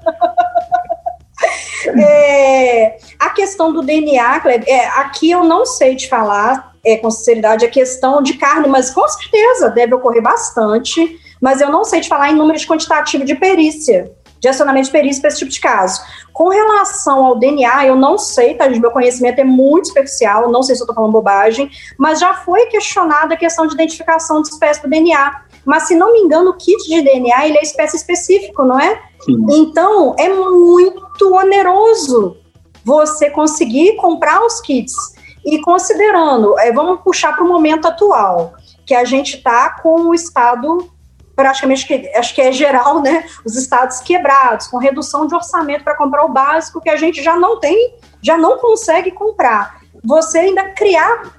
[SPEAKER 5] A questão do DNA, aqui eu não sei te falar com sinceridade a questão de carne, mas com certeza deve ocorrer bastante, mas eu não sei te falar em números quantitativos de perícia, de acionamento de perícia para esse tipo de caso. Com relação ao DNA, eu não sei, tá? Meu conhecimento é muito superficial, não sei se eu estou falando bobagem, mas já foi questionada a questão de identificação de espécie do DNA. Mas, se não me engano, o kit de DNA, ele é espécie específico, não é? Sim. Então, é muito oneroso você conseguir comprar os kits. E considerando, vamos puxar para o momento atual, que a gente está com o estado, praticamente, acho que é geral, né? Os estados quebrados, com redução de orçamento para comprar o básico, que a gente já não tem, já não consegue comprar. Você ainda criar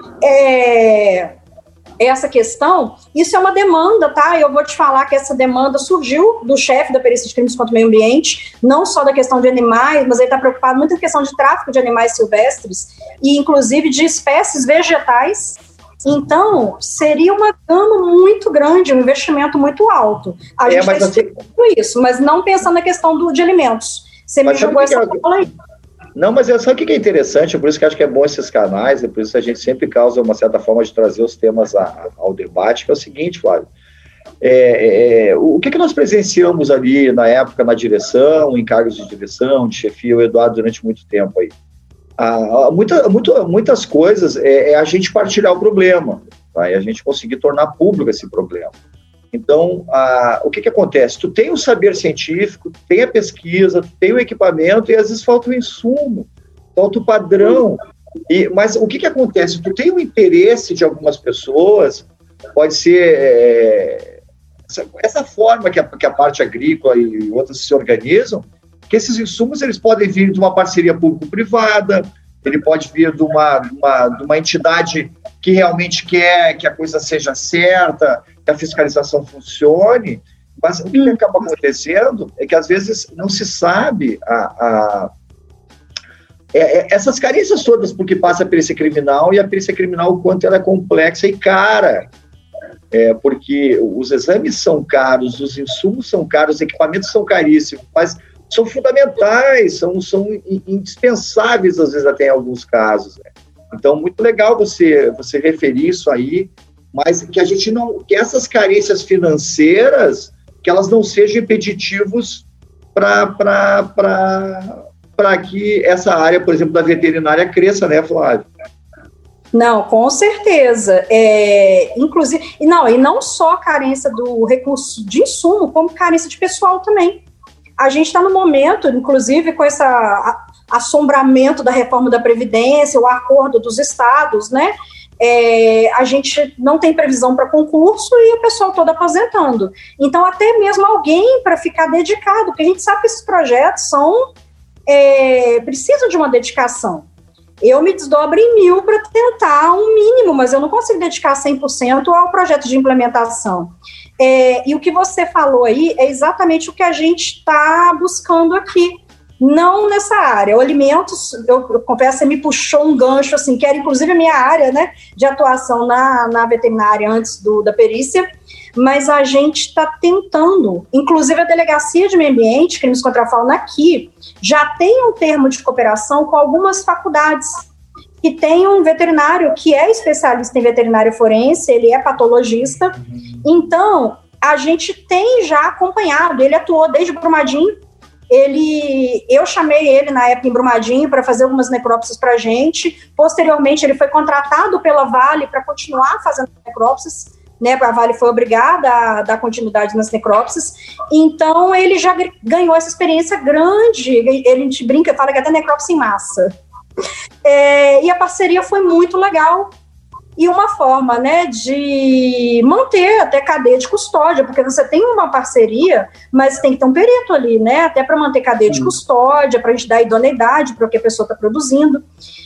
[SPEAKER 5] essa questão, isso é uma demanda, tá? Eu vou te falar que essa demanda surgiu do chefe da perícia de crimes contra o meio ambiente, não só da questão de animais, mas ele está preocupado muito com a questão de tráfico de animais silvestres e, inclusive, de espécies vegetais. Então, seria uma gama muito grande, um investimento muito alto. A gente está estudando isso, mas não pensando na questão de alimentos. Você me jogou essa bola aí.
[SPEAKER 4] Não, mas sabe o que é interessante? Por isso que acho que é bom esses canais, por isso a gente sempre causa uma certa forma de trazer os temas ao debate, que é o seguinte, Flávio. O que nós presenciamos ali na época na direção, em cargos de direção, de chefia, o Eduardo durante muito tempo aí? Muitas coisas é a gente partilhar o problema, tá? E a gente conseguir tornar público esse problema. Então, o que acontece? Tu tem o saber científico, tu tem a pesquisa, tu tem o equipamento e às vezes falta o insumo, falta o padrão. Mas o que acontece? Tu tem o interesse de algumas pessoas, pode ser essa forma que a parte agrícola e outras se organizam, Porque esses insumos eles podem vir de uma parceria público-privada, ele pode vir de uma entidade que realmente quer que a coisa seja certa, que a fiscalização funcione, mas o que acaba acontecendo é que às vezes não se sabe essas carências todas porque passa a perícia criminal, e a perícia criminal o quanto ela é complexa e cara, porque os exames são caros, os insumos são caros, os equipamentos são caríssimos, mas são fundamentais, são indispensáveis às vezes até em alguns casos, né? Então, muito legal você referir isso aí, mas que a gente não, que essas carências financeiras, que elas não sejam impeditivos para que essa área, por exemplo, da veterinária cresça, né, Flávio?
[SPEAKER 5] Não, com certeza. Inclusive, e não só a carência do recurso de insumo, como carência de pessoal também. A gente está no momento, inclusive, com esse assombramento da reforma da Previdência, o acordo dos estados, né? A gente não tem previsão para concurso e o pessoal todo aposentando. Então, até mesmo alguém para ficar dedicado, porque a gente sabe que esses projetos precisam de uma dedicação. Eu me desdobro em 1000 para tentar um mínimo, mas eu não consigo dedicar 100% ao projeto de implementação. E o que você falou aí é exatamente o que a gente está buscando aqui, não nessa área. O alimentos, eu confesso, você me puxou um gancho, assim, que era inclusive a minha área, né, de atuação na veterinária antes da perícia, mas a gente está tentando, inclusive a Delegacia de Meio Ambiente, Crimes contra a Fauna aqui, já tem um termo de cooperação com algumas faculdades, que tem um veterinário que é especialista em veterinária forense, ele é patologista, então a gente tem já acompanhado, ele atuou desde Brumadinho, eu chamei ele na época em Brumadinho para fazer algumas necrópsias para a gente, posteriormente ele foi contratado pela Vale para continuar fazendo necrópsias, né, a Vale foi obrigada a dar continuidade nas necrópsias, então ele já ganhou essa experiência grande, a gente brinca, fala que até necrópsia em massa. E a parceria foi muito legal, e uma forma, né, de manter até cadeia de custódia, porque você tem uma parceria, mas tem que ter um perito ali, né, até para manter cadeia de custódia, para a gente dar idoneidade para o que a pessoa está produzindo.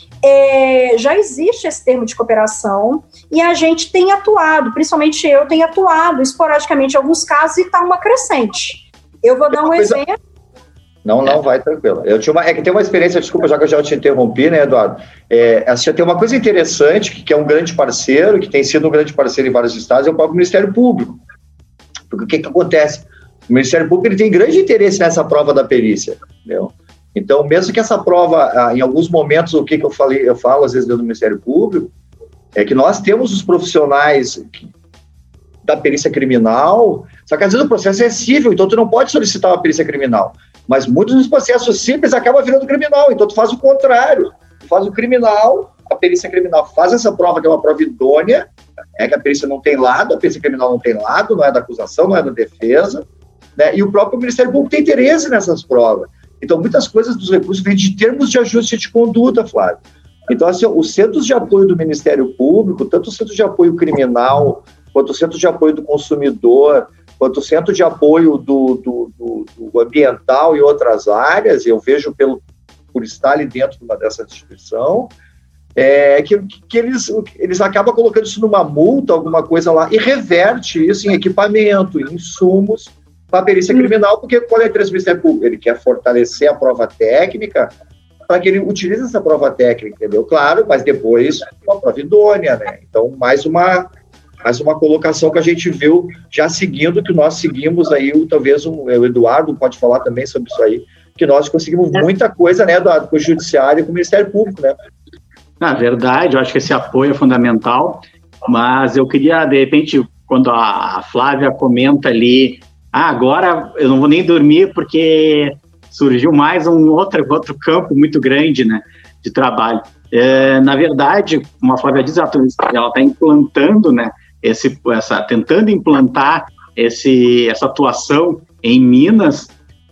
[SPEAKER 5] Já existe esse termo de cooperação e a gente tem atuado, principalmente eu tenho atuado esporadicamente em alguns casos e está uma crescente. Eu vou dar um exemplo.
[SPEAKER 4] Não, vai tranquilo. Que tem uma experiência, desculpa, já que eu já te interrompi, né, Eduardo? Tem uma coisa interessante, que é um grande parceiro, que tem sido um grande parceiro em vários estados, é o próprio Ministério Público. Porque o que acontece? O Ministério Público ele tem grande interesse nessa prova da perícia, entendeu? Então, mesmo que essa prova, em alguns momentos, o que eu falo às vezes dentro do Ministério Público, é que nós temos os profissionais da perícia criminal, só que às vezes o processo é cível, então tu não pode solicitar uma perícia criminal. Mas muitos dos processos simples acabam virando criminal, então tu faz o contrário. Tu faz o criminal, a perícia criminal faz essa prova, que é uma prova idônea, que a perícia não tem lado, a perícia criminal não tem lado, não é da acusação, não é da defesa, né? E o próprio Ministério Público tem interesse nessas provas. Então, muitas coisas dos recursos vêm de termos de ajuste de conduta, Flávio. Então, assim, os centros de apoio do Ministério Público, tanto o centro de apoio criminal, quanto o centro de apoio do consumidor, quanto o centro de apoio do ambiental e outras áreas, eu vejo por estar ali dentro dessa instituição, que eles acabam colocando isso numa multa, alguma coisa lá, e reverte isso em equipamento, em insumos, para a perícia criminal, porque qual é o interesse do Ministério Público? Ele quer fortalecer a prova técnica para que ele utilize essa prova técnica, entendeu? Claro, mas depois uma prova idônea, né? Então, mais uma colocação que a gente viu já seguindo, que nós seguimos aí, talvez o Eduardo pode falar também sobre isso aí, que nós conseguimos muita coisa, né, Eduardo, com o Judiciário e com o Ministério Público, né?
[SPEAKER 6] Na verdade, eu acho que esse apoio é fundamental, mas eu queria, de repente, quando a Flávia comenta ali, agora eu não vou nem dormir porque surgiu mais um outro campo muito grande, né, de trabalho. Na verdade, como a Flávia diz, ela está implantando, né, tentando implantar essa atuação em Minas,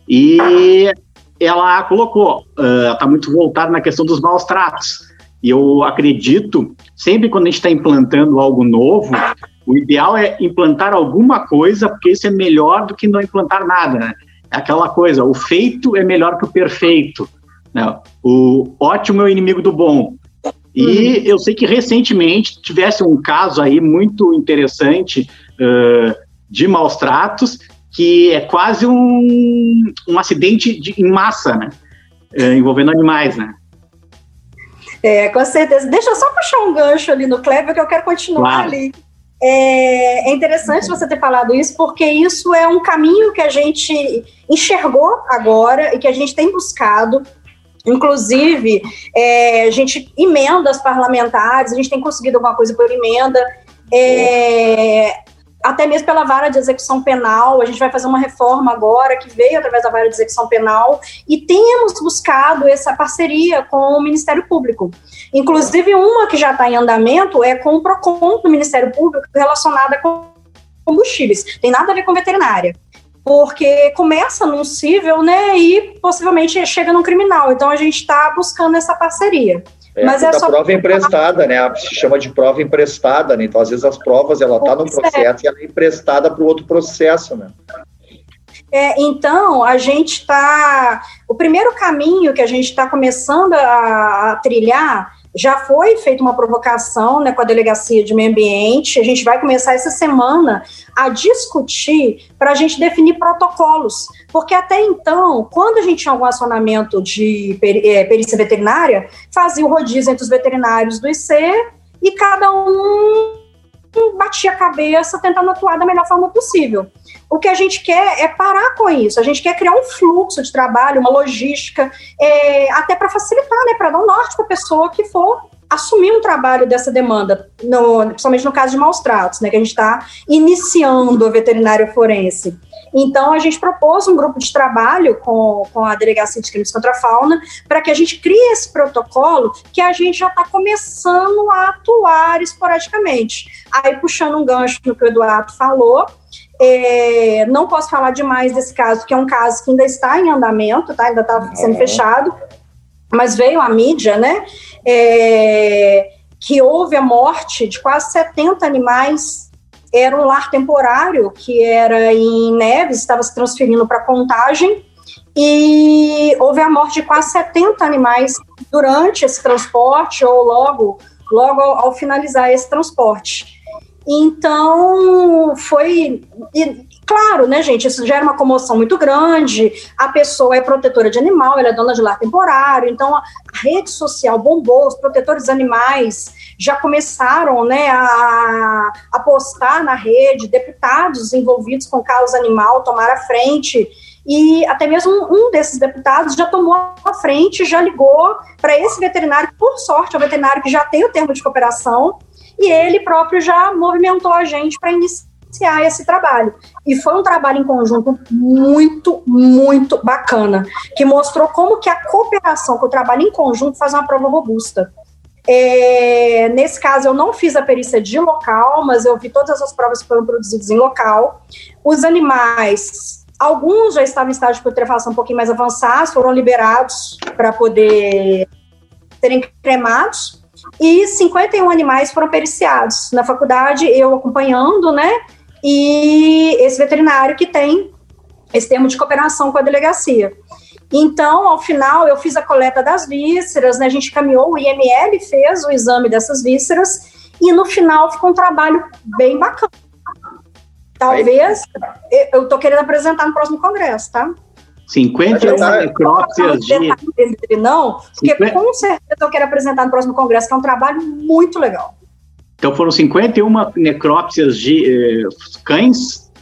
[SPEAKER 6] e ela colocou, está muito voltada na questão dos maus tratos. E eu acredito, sempre quando a gente está implantando algo novo, o ideal é implantar alguma coisa, porque isso é melhor do que não implantar nada, né? É aquela coisa, o feito é melhor que o perfeito, né? O ótimo é o inimigo do bom. E eu sei que recentemente tivesse um caso aí muito interessante de maus tratos, que é quase um acidente em massa, né? Envolvendo animais, né?
[SPEAKER 5] Com certeza. Deixa eu só puxar um gancho ali no Kleber, que eu quero continuar ali. É interessante você ter falado isso, porque isso é um caminho que a gente enxergou agora e que a gente tem buscado. Inclusive, a gente emenda as parlamentares, a gente tem conseguido alguma coisa por emenda, até mesmo pela vara de execução penal. A gente vai fazer uma reforma agora que veio através da vara de execução penal e temos buscado essa parceria com o Ministério Público. Inclusive, uma que já está em andamento é com o PROCON do Ministério Público relacionada com combustíveis. Tem nada a ver com veterinária, porque começa num cível, né, e possivelmente chega num criminal. Então, a gente está buscando essa parceria. Mas
[SPEAKER 4] a prova emprestada, né? Se chama de prova emprestada, né? Então, às vezes, as provas, ela está no processo e ela é emprestada para o outro processo, né?
[SPEAKER 5] Então, a gente está... O primeiro caminho que a gente está começando a trilhar, já foi feita uma provocação, né, com a Delegacia de Meio Ambiente. A gente vai começar essa semana a discutir para a gente definir protocolos, porque até então, quando a gente tinha algum acionamento de perícia veterinária, fazia o rodízio entre os veterinários do IC e cada um batia a cabeça tentando atuar da melhor forma possível. O que a gente quer é parar com isso, a gente quer criar um fluxo de trabalho, uma logística, até para facilitar, né, para dar um norte para a pessoa que for assumir um trabalho dessa demanda, principalmente no caso de maus tratos, né, que a gente está iniciando a veterinária forense. Então, a gente propôs um grupo de trabalho com a Delegacia de Crimes contra a Fauna para que a gente crie esse protocolo que a gente já está começando a atuar esporadicamente. Aí, puxando um gancho no que o Eduardo falou, não posso falar demais desse caso, que é um caso que ainda está em andamento, tá? Ainda está sendo fechado, mas veio à mídia, né, que houve a morte de quase 70 animais. Era um lar temporário, que era em Neves, estava se transferindo para Contagem, e houve a morte de quase 70 animais durante esse transporte, ou logo ao finalizar esse transporte. Então, foi... Claro, né, gente, isso gera uma comoção muito grande, a pessoa é protetora de animal, ela é dona de lar temporário, então a rede social bombou, os protetores de animais já começaram, né, a postar na rede, deputados envolvidos com causa animal tomaram a frente, e até mesmo um desses deputados já tomou a frente, já ligou para esse veterinário, por sorte, é um veterinário que já tem o termo de cooperação, e ele próprio já movimentou a gente para iniciar esse trabalho. E foi um trabalho em conjunto muito, muito bacana, que mostrou como que a cooperação, que o trabalho em conjunto faz uma prova robusta. Nesse caso, eu não fiz a perícia de local, mas eu vi todas as provas que foram produzidas em local. Os animais, alguns já estavam em estágio de putrefação um pouquinho mais avançados, foram liberados para poder serem cremados, e 51 animais foram periciados. Na faculdade, eu acompanhando, né, e esse veterinário que tem esse termo de cooperação com a delegacia. Então, ao final, eu fiz a coleta das vísceras, né, a gente caminhou, o IML fez o exame dessas vísceras, e no final ficou um trabalho bem bacana. Talvez, eu estou querendo apresentar no próximo congresso, tá?
[SPEAKER 6] 51 necrópsias de...
[SPEAKER 5] Não, porque com certeza eu quero apresentar no próximo congresso, que é um trabalho muito legal.
[SPEAKER 6] Então foram 51 necrópsias de cães?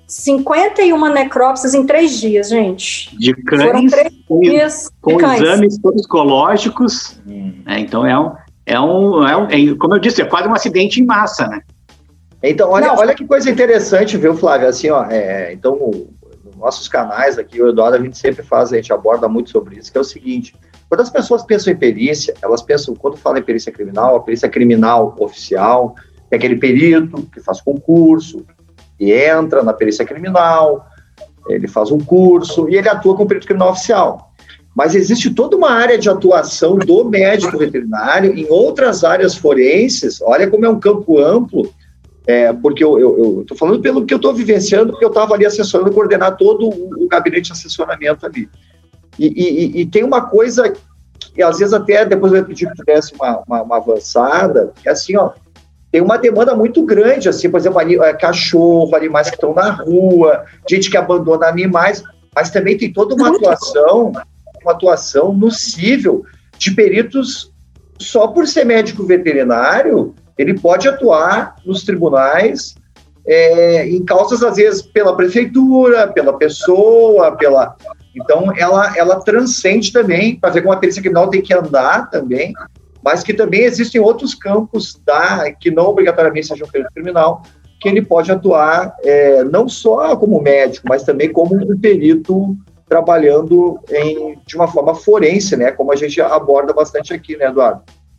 [SPEAKER 5] 51 necrópsias em 3 dias, gente.
[SPEAKER 6] De cães?
[SPEAKER 5] Foram 3 dias
[SPEAKER 6] com
[SPEAKER 5] de cães.
[SPEAKER 6] Exames toxicológicos. Então como eu disse, é quase um acidente em massa, né?
[SPEAKER 4] Então, olha que coisa interessante, viu, Flávia? Assim, então, nos nossos canais aqui, o Eduardo, a gente aborda muito sobre isso, que é o seguinte: quando as pessoas pensam em perícia, elas pensam, quando falam em perícia criminal, a perícia criminal oficial, que é aquele perito que faz concurso, e entra na perícia criminal, ele faz um curso, e ele atua como perito criminal oficial. Mas existe toda uma área de atuação do médico veterinário em outras áreas forenses, olha como é um campo amplo, porque eu estou falando pelo que eu estou vivenciando, porque eu estava ali assessorando, coordenar todo o gabinete de assessoramento ali. E tem uma coisa que, às vezes, até depois eu ia pedir que tivesse uma avançada, que assim, tem uma demanda muito grande, assim, por exemplo, cachorro, animais que estão na rua, gente que abandona animais, mas também tem toda uma atuação nocível de peritos. Só por ser médico veterinário, ele pode atuar nos tribunais em causas, às vezes, pela prefeitura, pela pessoa, Então, ela transcende também, para ver como a perícia criminal tem que andar também, mas que também existem outros campos, que não obrigatoriamente sejam perito criminal, que ele pode atuar não só como médico, mas também como um perito trabalhando de uma forma forense, né? Como a gente aborda bastante aqui, né, Eduardo?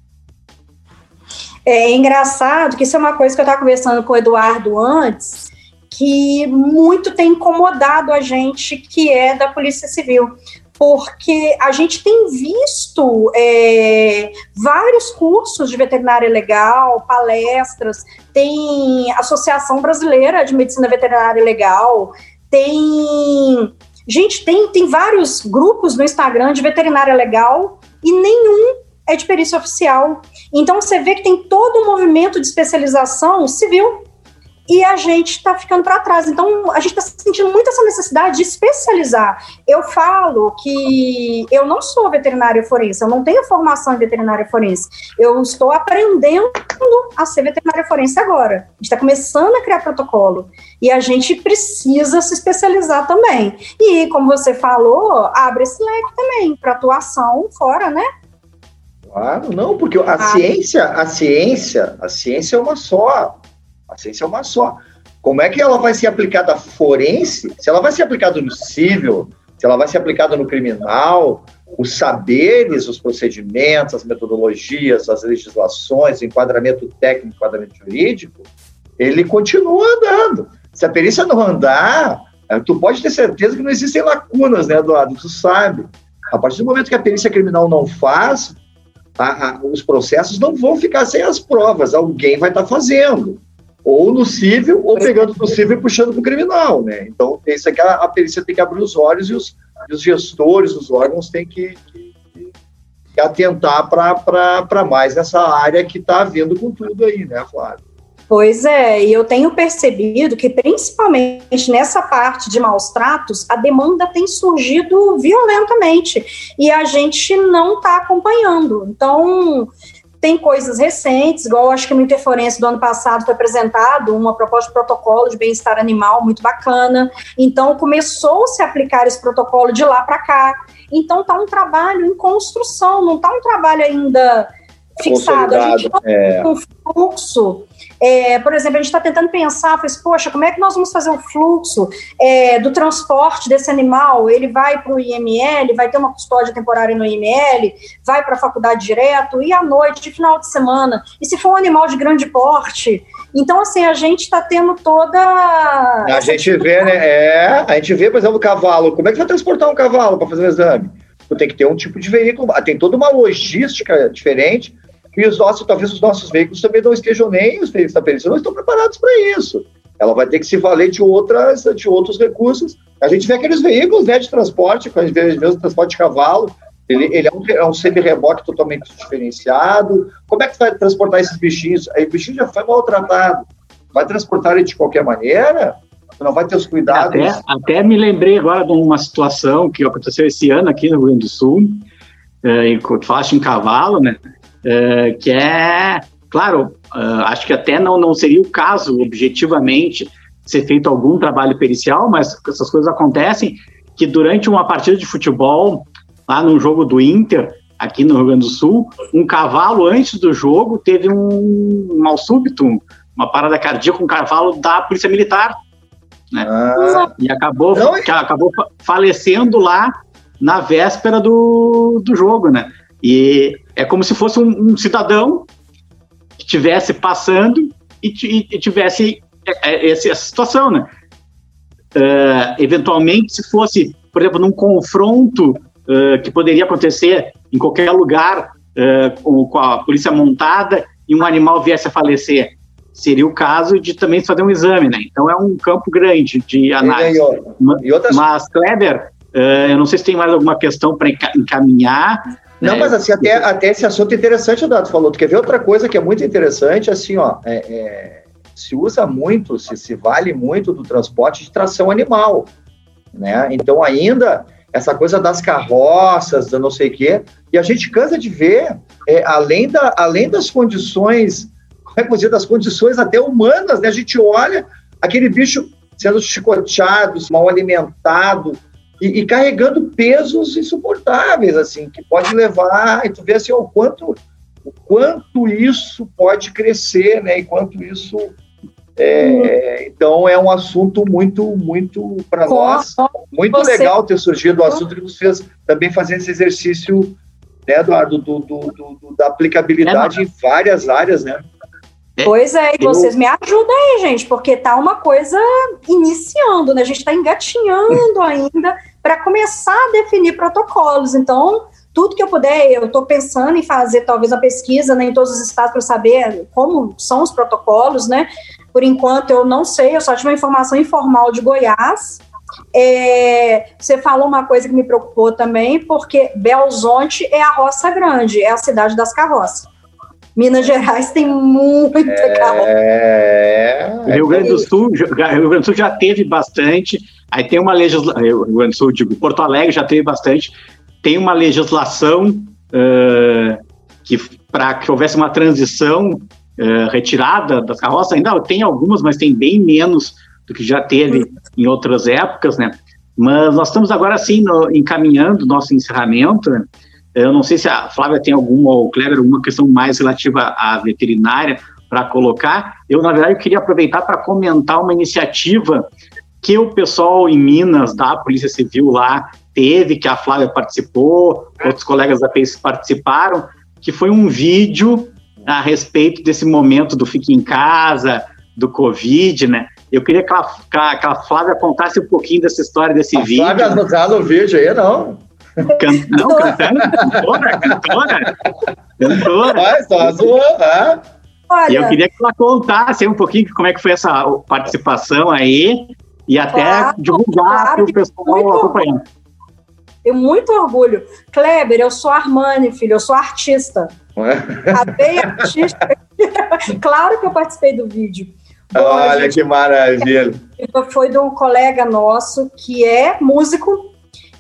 [SPEAKER 5] É engraçado que isso é uma coisa que eu estava conversando com o Eduardo antes, que muito tem incomodado a gente, que é da Polícia Civil, porque a gente tem visto vários cursos de veterinária legal, palestras, tem Associação Brasileira de Medicina Veterinária Legal, tem vários grupos no Instagram de veterinária legal e nenhum é de perícia oficial. Então você vê que tem todo um movimento de especialização civil e a gente está ficando para trás. Então a gente está sentindo muito essa necessidade de especializar. Eu falo que eu não sou veterinária forense, eu não tenho formação em veterinária forense, eu estou aprendendo a ser veterinária forense agora. A gente está começando a criar protocolo e a gente precisa se especializar também. E como você falou, abre esse leque também para atuação fora, né?
[SPEAKER 4] Claro, não, porque a ciência é uma só. A ciência é uma só. Como é que ela vai ser aplicada forense? Se ela vai ser aplicada no civil, se ela vai ser aplicada no criminal, os saberes, os procedimentos, as metodologias, as legislações, o enquadramento técnico, o enquadramento jurídico, ele continua andando. Se a perícia não andar, tu pode ter certeza que não existem lacunas, né, Eduardo? Tu sabe. A partir do momento que a perícia criminal não faz, os processos não vão ficar sem as provas, alguém vai estar fazendo, ou no civil, ou pegando do civil e puxando para o criminal, né? Então, isso aqui a perícia tem que abrir os olhos e os gestores, os órgãos têm que atentar para mais nessa área que está vindo com tudo aí, né, Flávio?
[SPEAKER 5] Pois é, e eu tenho percebido que, principalmente nessa parte de maus tratos, a demanda tem surgido violentamente e a gente não está acompanhando. Então, tem coisas recentes, igual acho que no Interforense do ano passado foi apresentado uma proposta de protocolo de bem-estar animal muito bacana. Então, começou-se a aplicar esse protocolo de lá para cá. Então, está um trabalho em construção, não está um trabalho ainda fixado. A gente não tem um fluxo. Por exemplo, a gente está tentando pensar, poxa, como é que nós vamos fazer o fluxo do transporte desse animal? Ele vai para o IML, vai ter uma custódia temporária no IML, vai para a faculdade direto, e à noite, de final de semana? E se for um animal de grande porte? Então, assim, a gente está tendo toda...
[SPEAKER 4] A gente vê, né? A gente vê, por exemplo, o cavalo. Como é que vai transportar um cavalo para fazer o exame? Tu tem que ter um tipo de veículo, tem toda uma logística diferente. E talvez os nossos veículos também não estejam, nem os veículos da perícia não estão preparados para isso. Ela vai ter que se valer de outros recursos. A gente vê aqueles veículos, né, de transporte, quando a gente vê o transporte de cavalo, ele é um semi-reboque totalmente diferenciado. Como é que vai transportar esses bichinhos? Aí o bichinho já foi maltratado. Vai transportar ele de qualquer maneira? Não vai ter os cuidados?
[SPEAKER 6] Até me lembrei agora de uma situação que aconteceu esse ano aqui no Rio Grande do Sul, tu falaste em cavalo, né? Que claro, acho que até não seria o caso, objetivamente, ser feito algum trabalho pericial, mas essas coisas acontecem, que durante uma partida de futebol, lá num jogo do Inter, aqui no Rio Grande do Sul, um cavalo, antes do jogo, teve um mal súbito, uma parada cardíaca, um cavalo da Polícia Militar, né? E acabou falecendo lá na véspera do jogo, né? E é como se fosse um cidadão que estivesse passando e tivesse essa situação, né? Eventualmente, se fosse, por exemplo, num confronto que poderia acontecer em qualquer lugar com a polícia montada e um animal viesse a falecer, seria o caso de também fazer um exame, né? Então é um campo grande de análise. Mas, Kleber, eu não sei se tem mais alguma questão para encaminhar.
[SPEAKER 4] Não, mas assim, até esse assunto é interessante, o Dato falou. Tu quer ver outra coisa que é muito interessante? Assim, ó, se usa muito, se vale muito do transporte de tração animal, né? Então, ainda, essa coisa das carroças, da não sei o quê, e a gente cansa de ver, além das condições, como é que eu vou dizer, das condições até humanas, né? A gente olha aquele bicho sendo chicoteado, mal alimentado, e carregando pesos insuportáveis, assim, que pode levar, e tu vê assim, o quanto isso pode crescer, né, e quanto isso, então é um assunto muito para nós, muito legal ter surgido o assunto que nos fez também fazer esse exercício, né, da aplicabilidade em várias áreas, né.
[SPEAKER 5] Pois é, e vocês me ajudam aí, gente, porque tá uma coisa iniciando, né? A gente está engatinhando ainda para começar a definir protocolos. Então, tudo que eu puder, eu estou pensando em fazer talvez uma pesquisa, né, em todos os estados para saber como são os protocolos, né? Por enquanto eu não sei, eu só tive uma informação informal de Goiás. Você falou uma coisa que me preocupou também, porque Belzonte é a roça grande, é a cidade das carroças. Minas Gerais tem muita carroça.
[SPEAKER 6] O Rio Grande do Sul já teve bastante. Aí tem uma legislação. Rio Grande do Sul, digo, Porto Alegre já teve bastante. Tem uma legislação para que houvesse uma transição retirada das carroças. Ainda tem algumas, mas tem bem menos do que já teve em outras épocas, né? Mas nós estamos agora, assim, encaminhando o nosso encerramento, né? Eu não sei se a Flávia tem alguma, ou o Kleber, alguma questão mais relativa à veterinária para colocar. Eu, na verdade, queria aproveitar para comentar uma iniciativa que o pessoal em Minas, da Polícia Civil lá, teve, que a Flávia participou, outros colegas da PES participaram, que foi um vídeo a respeito desse momento do fique em casa, do Covid, né? Eu queria que a Flávia contasse um pouquinho dessa história desse vídeo.
[SPEAKER 4] A Flávia não tá no vídeo aí, não?
[SPEAKER 6] Cantora.
[SPEAKER 4] Mas tá zoando,
[SPEAKER 6] E eu queria que ela contasse um pouquinho como é que foi essa participação aí e até divulgar para o pessoal acompanhando.
[SPEAKER 5] Eu muito orgulho. Kleber, eu sou Armani, filho, eu sou artista. Bem artista. Claro que eu participei do vídeo. Bom,
[SPEAKER 4] olha que maravilha.
[SPEAKER 5] Foi de um colega nosso que é músico,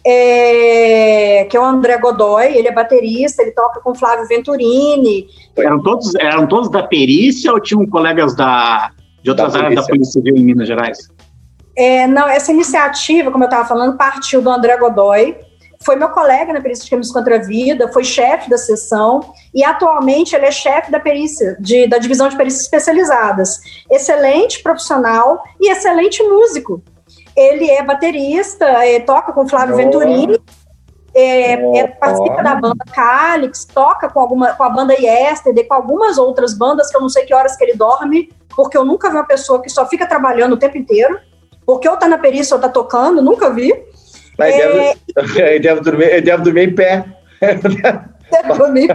[SPEAKER 5] que é o André Godoy, ele é baterista, ele toca com Flávio Venturini.
[SPEAKER 6] Eram todos da perícia ou tinham colegas de outras áreas da Polícia Civil em Minas Gerais?
[SPEAKER 5] Não, essa iniciativa, como eu estava falando, partiu do André Godoy, foi meu colega na Perícia de Crimes contra a Vida, foi chefe da seção e atualmente ele é chefe da perícia, da divisão de perícias especializadas. Excelente profissional e excelente músico. Ele é baterista, toca com Flávio Venturini, participa da banda Calix, toca com a banda Yesterday, com algumas outras bandas que eu não sei que horas que ele dorme, porque eu nunca vi uma pessoa que só fica trabalhando o tempo inteiro, porque ou tá na perícia ou tá tocando, nunca vi.
[SPEAKER 4] Mas ele deve dormir em pé.
[SPEAKER 5] Ele dorme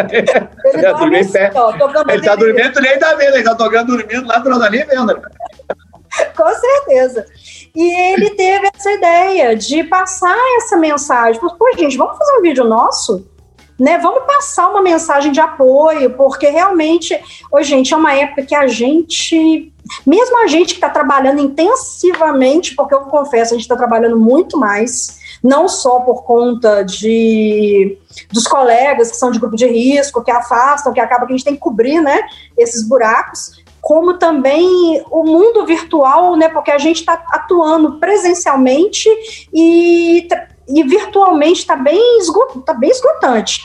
[SPEAKER 5] em pé.
[SPEAKER 4] Ele tá dormindo, nem tá vendo, ele tá dormindo lá, não tá nem vendo.
[SPEAKER 5] Com certeza. E ele teve essa ideia de passar essa mensagem. Pô, gente, vamos fazer um vídeo nosso? Né? Vamos passar uma mensagem de apoio, porque realmente, gente, é uma época que a gente, mesmo a gente que está trabalhando intensivamente, porque eu confesso, a gente está trabalhando muito mais, não só por conta dos colegas que são de grupo de risco, que afastam, que acaba que a gente tem que cobrir, né, esses buracos, como também o mundo virtual, né, porque a gente está atuando presencialmente e virtualmente está bem esgotante.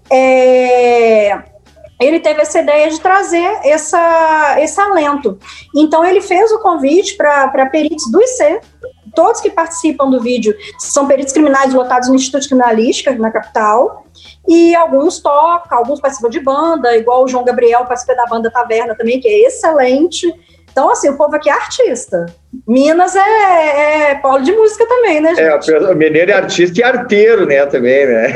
[SPEAKER 5] Ele teve essa ideia de trazer esse alento. Então, ele fez o convite para peritos do IC. Todos que participam do vídeo são peritos criminais lotados no Instituto de Criminalística, na capital, e alguns tocam, alguns participam de banda, igual o João Gabriel participa da banda Taverna também, que é excelente. Então, assim, o povo aqui é artista. Minas é polo de música também, né, gente?
[SPEAKER 4] O mineiro é artista e arteiro, né, também, né?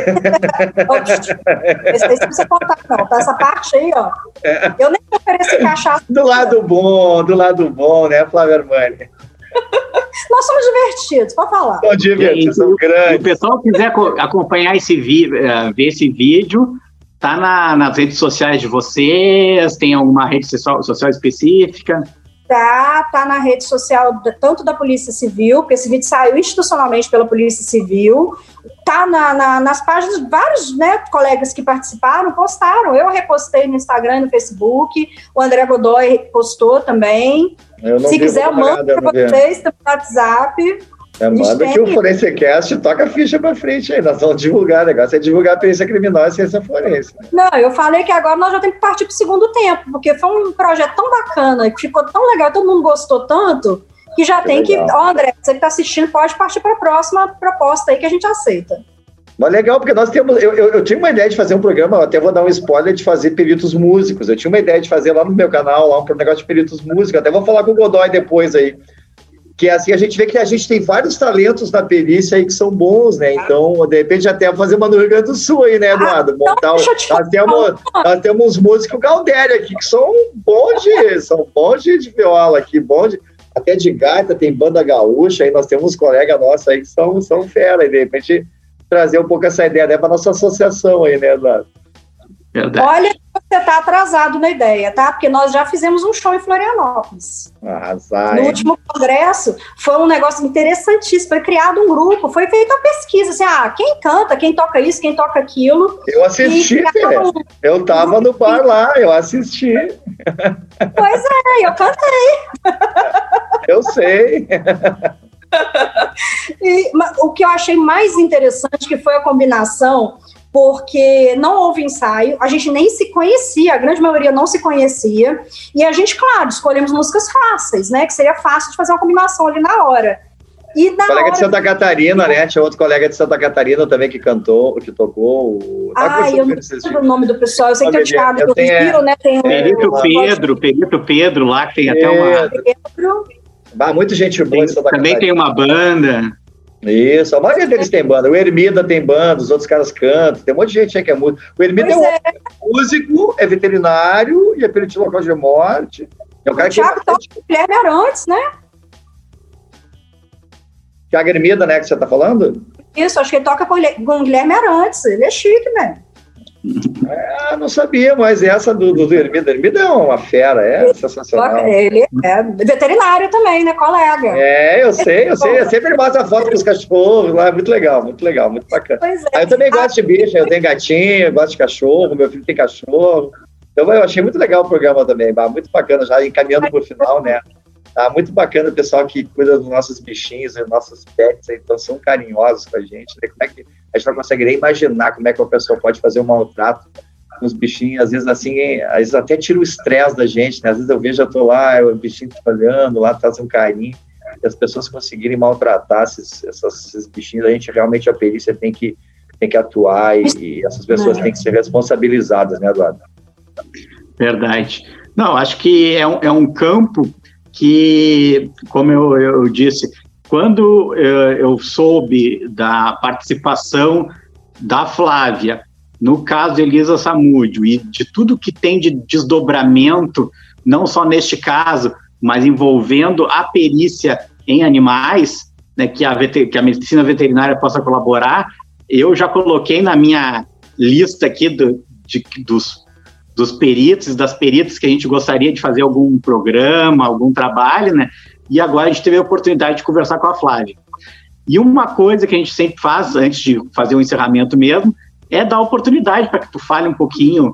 [SPEAKER 5] Esse aí você precisa contar, não. Tá essa parte aí, ó. Eu nem ofereci cachaça.
[SPEAKER 4] Do lado bom, né, Flávia Armani?
[SPEAKER 5] Nós somos divertidos, pode falar.
[SPEAKER 4] São divertidos, são grandes.
[SPEAKER 6] Se o pessoal quiser acompanhar esse vídeo, ver esse vídeo, tá nas redes sociais de vocês? Tem alguma rede social específica?
[SPEAKER 5] Tá na rede social tanto da Polícia Civil, porque esse vídeo saiu institucionalmente pela Polícia Civil, tá nas páginas, vários, né, colegas que participaram postaram, eu repostei no Instagram e no Facebook, o André Godoy postou também. Se quiser, eu mando para vocês no WhatsApp.
[SPEAKER 4] Manda que o Forensecast toca a ficha para frente aí. Nós vamos divulgar o negócio. É divulgar a perícia criminal e ciência forense.
[SPEAKER 5] Não, eu falei que agora nós já temos que partir para o segundo tempo, porque foi um projeto tão bacana, que ficou tão legal, todo mundo gostou tanto, que já tem legal. Que... Ó, André, você que está assistindo, pode partir para a próxima proposta aí que a gente aceita.
[SPEAKER 4] Mas legal, porque nós temos... Eu tinha uma ideia de fazer um programa, eu até vou dar um spoiler, de fazer peritos músicos. Eu tinha uma ideia de fazer lá no meu canal, lá um negócio de peritos músicos. Até vou falar com o Godoy depois aí. Que assim, a gente vê que a gente tem vários talentos na perícia aí que são bons, né? Então, de repente, até fazer uma no Rio Grande do Sul aí, né, Eduardo? Nós temos músicos Galdério aqui, que são bons de viola aqui, até de gaita, tem banda gaúcha, aí nós temos colegas nossos aí que são fera, e de repente trazer um pouco essa ideia, né, para nossa associação aí, né, Eduardo?
[SPEAKER 5] Verdade. Olha, você está atrasado na ideia, tá? Porque nós já fizemos um show em Florianópolis. No último congresso, foi um negócio interessantíssimo. Foi criado um grupo, foi feita uma pesquisa, assim, quem canta, quem toca isso, quem toca aquilo.
[SPEAKER 4] Eu assisti, eu estava no bar lá, eu assisti.
[SPEAKER 5] Pois é, eu cantei.
[SPEAKER 4] Eu sei.
[SPEAKER 5] Mas o que eu achei mais interessante que foi a combinação, porque não houve ensaio, a gente nem se conhecia, a grande maioria não se conhecia, e a gente, claro, escolhemos músicas fáceis, né, que seria fácil de fazer uma combinação ali na hora. E na
[SPEAKER 4] colega
[SPEAKER 5] hora
[SPEAKER 4] de Santa Catarina, né, tinha outro colega de Santa Catarina também que tocou.
[SPEAKER 5] Eu não sei o nome do pessoal, eu sei que tem o Thiago do Rio, né, tem
[SPEAKER 6] o Perito Pedro lá, que tem até uma...
[SPEAKER 5] Pedro.
[SPEAKER 4] Muita gente boa de Santa Catarina.
[SPEAKER 6] Também tem uma banda...
[SPEAKER 4] Isso, a maioria deles tem banda. O Hermida tem banda, os outros caras cantam. Tem um monte de gente aí que é músico. O Hermida é músico, é veterinário e é perito local de morte. É um cara
[SPEAKER 5] o Thiago toca com o Guilherme Arantes, né?
[SPEAKER 4] Thiago Hermida, né, que você tá falando?
[SPEAKER 5] Isso, acho que ele toca com o Guilherme Arantes. Ele é chique, né?
[SPEAKER 4] Não sabia, mas essa do Hermida. Hermida é uma fera, é sensacional.
[SPEAKER 5] Ele é veterinário também, né, colega?
[SPEAKER 4] Eu sei. Sempre ele mostra foto com os cachorros lá, muito legal, muito bacana.
[SPEAKER 5] Pois é.
[SPEAKER 4] Aí eu também gosto de bicho, eu tenho gatinho, gosto de cachorro, meu filho tem cachorro. Então eu achei muito legal o programa também, muito bacana, já encaminhando pro final, né? Tá muito bacana o pessoal que cuida dos nossos bichinhos, dos nossos pets, então são carinhosos com a gente, né? Como é que a gente não consegue nem imaginar como é que uma pessoa pode fazer um maltrato com os bichinhos, às vezes assim, às vezes até tira o estresse da gente, né? Às vezes eu vejo, eu tô lá, o bichinho tá olhando lá, traz um carinho, e as pessoas conseguirem maltratar esses bichinhos, a gente realmente, a perícia tem que atuar e essas pessoas têm que ser responsabilizadas, né, Eduardo?
[SPEAKER 6] Verdade. Não, acho que é um campo que, como eu disse, quando eu soube da participação da Flávia, no caso de Elisa Samúdio, e de tudo que tem de desdobramento, não só neste caso, mas envolvendo a perícia em animais, né, que a medicina veterinária possa colaborar, eu já coloquei na minha lista aqui dos peritos, das peritas que a gente gostaria de fazer algum programa, algum trabalho, né? E agora a gente teve a oportunidade de conversar com a Flávia. E uma coisa que a gente sempre faz, antes de fazer o encerramento mesmo, é dar oportunidade para que tu fale um pouquinho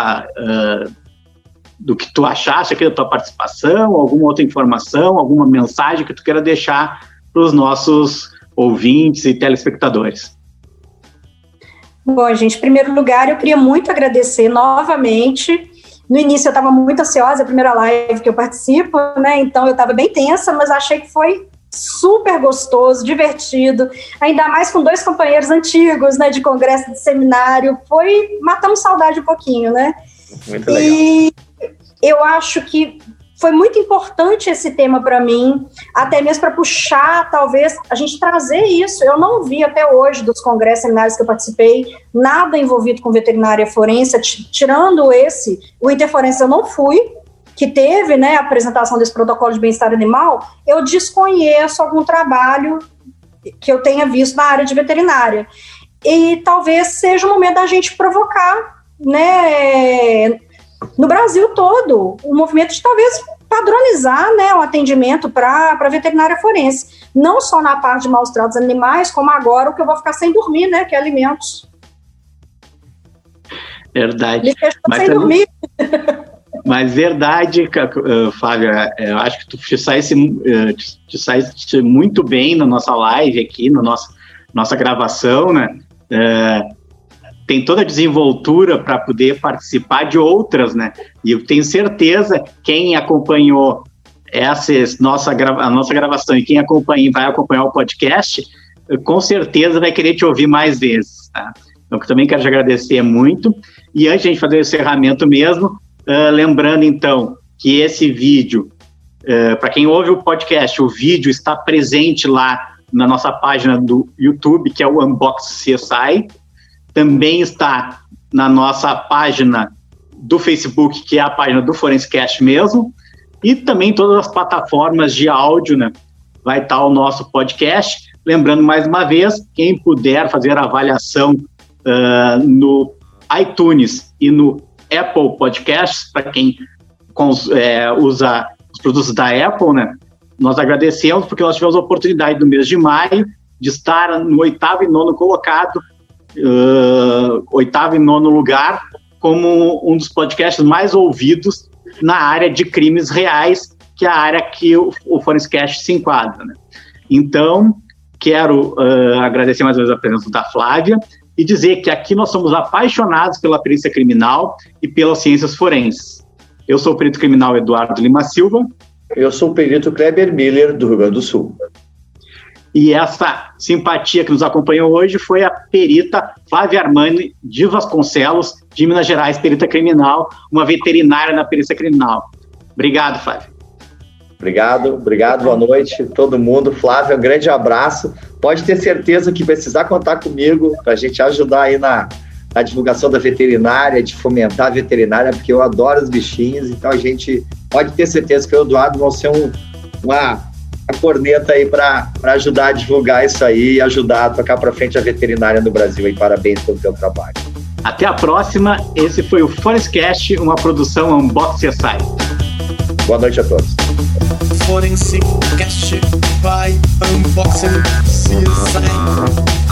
[SPEAKER 6] do que tu achaste aqui da tua participação, alguma outra informação, alguma mensagem que tu queira deixar para os nossos ouvintes e telespectadores.
[SPEAKER 5] Bom, gente, em primeiro lugar, eu queria muito agradecer novamente. No início eu estava muito ansiosa, a primeira live que eu participo, né? Então eu estava bem tensa, mas achei que foi super gostoso, divertido, ainda mais com 2 companheiros antigos, né, de congresso, de seminário, matamos saudade um pouquinho, né?
[SPEAKER 4] Muito legal.
[SPEAKER 5] E eu acho que foi muito importante esse tema para mim, até mesmo para puxar, talvez, a gente trazer isso. Eu não vi até hoje, dos congressos, seminários que eu participei, nada envolvido com veterinária forense, tirando o Interforense eu não fui, que teve, né, a apresentação desse protocolo de bem-estar animal. Eu desconheço algum trabalho que eu tenha visto na área de veterinária. E talvez seja o momento da gente provocar, né, no Brasil todo, o movimento de talvez padronizar, né, o atendimento para veterinária forense, não só na parte de maus tratos animais, como agora o que eu vou ficar sem dormir, né, que é alimentos.
[SPEAKER 6] Verdade.
[SPEAKER 5] Ele fechou sem dormir.
[SPEAKER 6] Mas verdade, Flávia, eu acho que tu te saísse muito bem na nossa live aqui, na nossa gravação, né? Tem toda a desenvoltura para poder participar de outras, né? E eu tenho certeza, quem acompanhou a nossa gravação e quem vai acompanhar o podcast, com certeza vai querer te ouvir mais vezes, tá? Então, eu também quero te agradecer muito. E antes de a gente fazer o encerramento mesmo, lembrando, então, que esse vídeo, para quem ouve o podcast, o vídeo está presente lá na nossa página do YouTube, que é o Unbox CSI. Também está na nossa página do Facebook, que é a página do Forensecast mesmo, e também em todas as plataformas de áudio, né? Vai estar o nosso podcast. Lembrando, mais uma vez, quem puder fazer a avaliação no iTunes e no Apple Podcasts, para quem usa os produtos da Apple, né? Nós agradecemos, porque nós tivemos a oportunidade no mês de maio de estar no 8º e 9º colocado, 8º e 9º lugar, como um dos podcasts mais ouvidos na área de crimes reais, que é a área que o Forensecast se enquadra, né? Então, quero agradecer mais uma vez a presença da Flávia e dizer que aqui nós somos apaixonados pela perícia criminal e pelas ciências forenses. Eu sou o perito criminal Eduardo Lima Silva.
[SPEAKER 4] Eu sou o perito Kleber Miller, do Rio Grande do Sul.
[SPEAKER 6] E essa simpatia que nos acompanhou hoje foi a perita Flávia Armani de Vasconcelos, de Minas Gerais, perita criminal, uma veterinária na perícia criminal. Obrigado, Flávia. Obrigado, boa noite todo mundo. Flávia, um grande abraço. Pode ter certeza que precisar contar comigo para a gente ajudar aí na divulgação da veterinária, de fomentar a veterinária, porque eu adoro os bichinhos, então a gente pode ter certeza que eu e o Eduardo vão ser uma corneta aí para ajudar a divulgar isso aí e ajudar a tocar para frente a veterinária no Brasil. E parabéns pelo teu trabalho. Até a próxima. Esse foi o Forensecast, uma produção Unbox CSI. Boa noite a todos.
[SPEAKER 2] Forensecast by Unboxing CSI.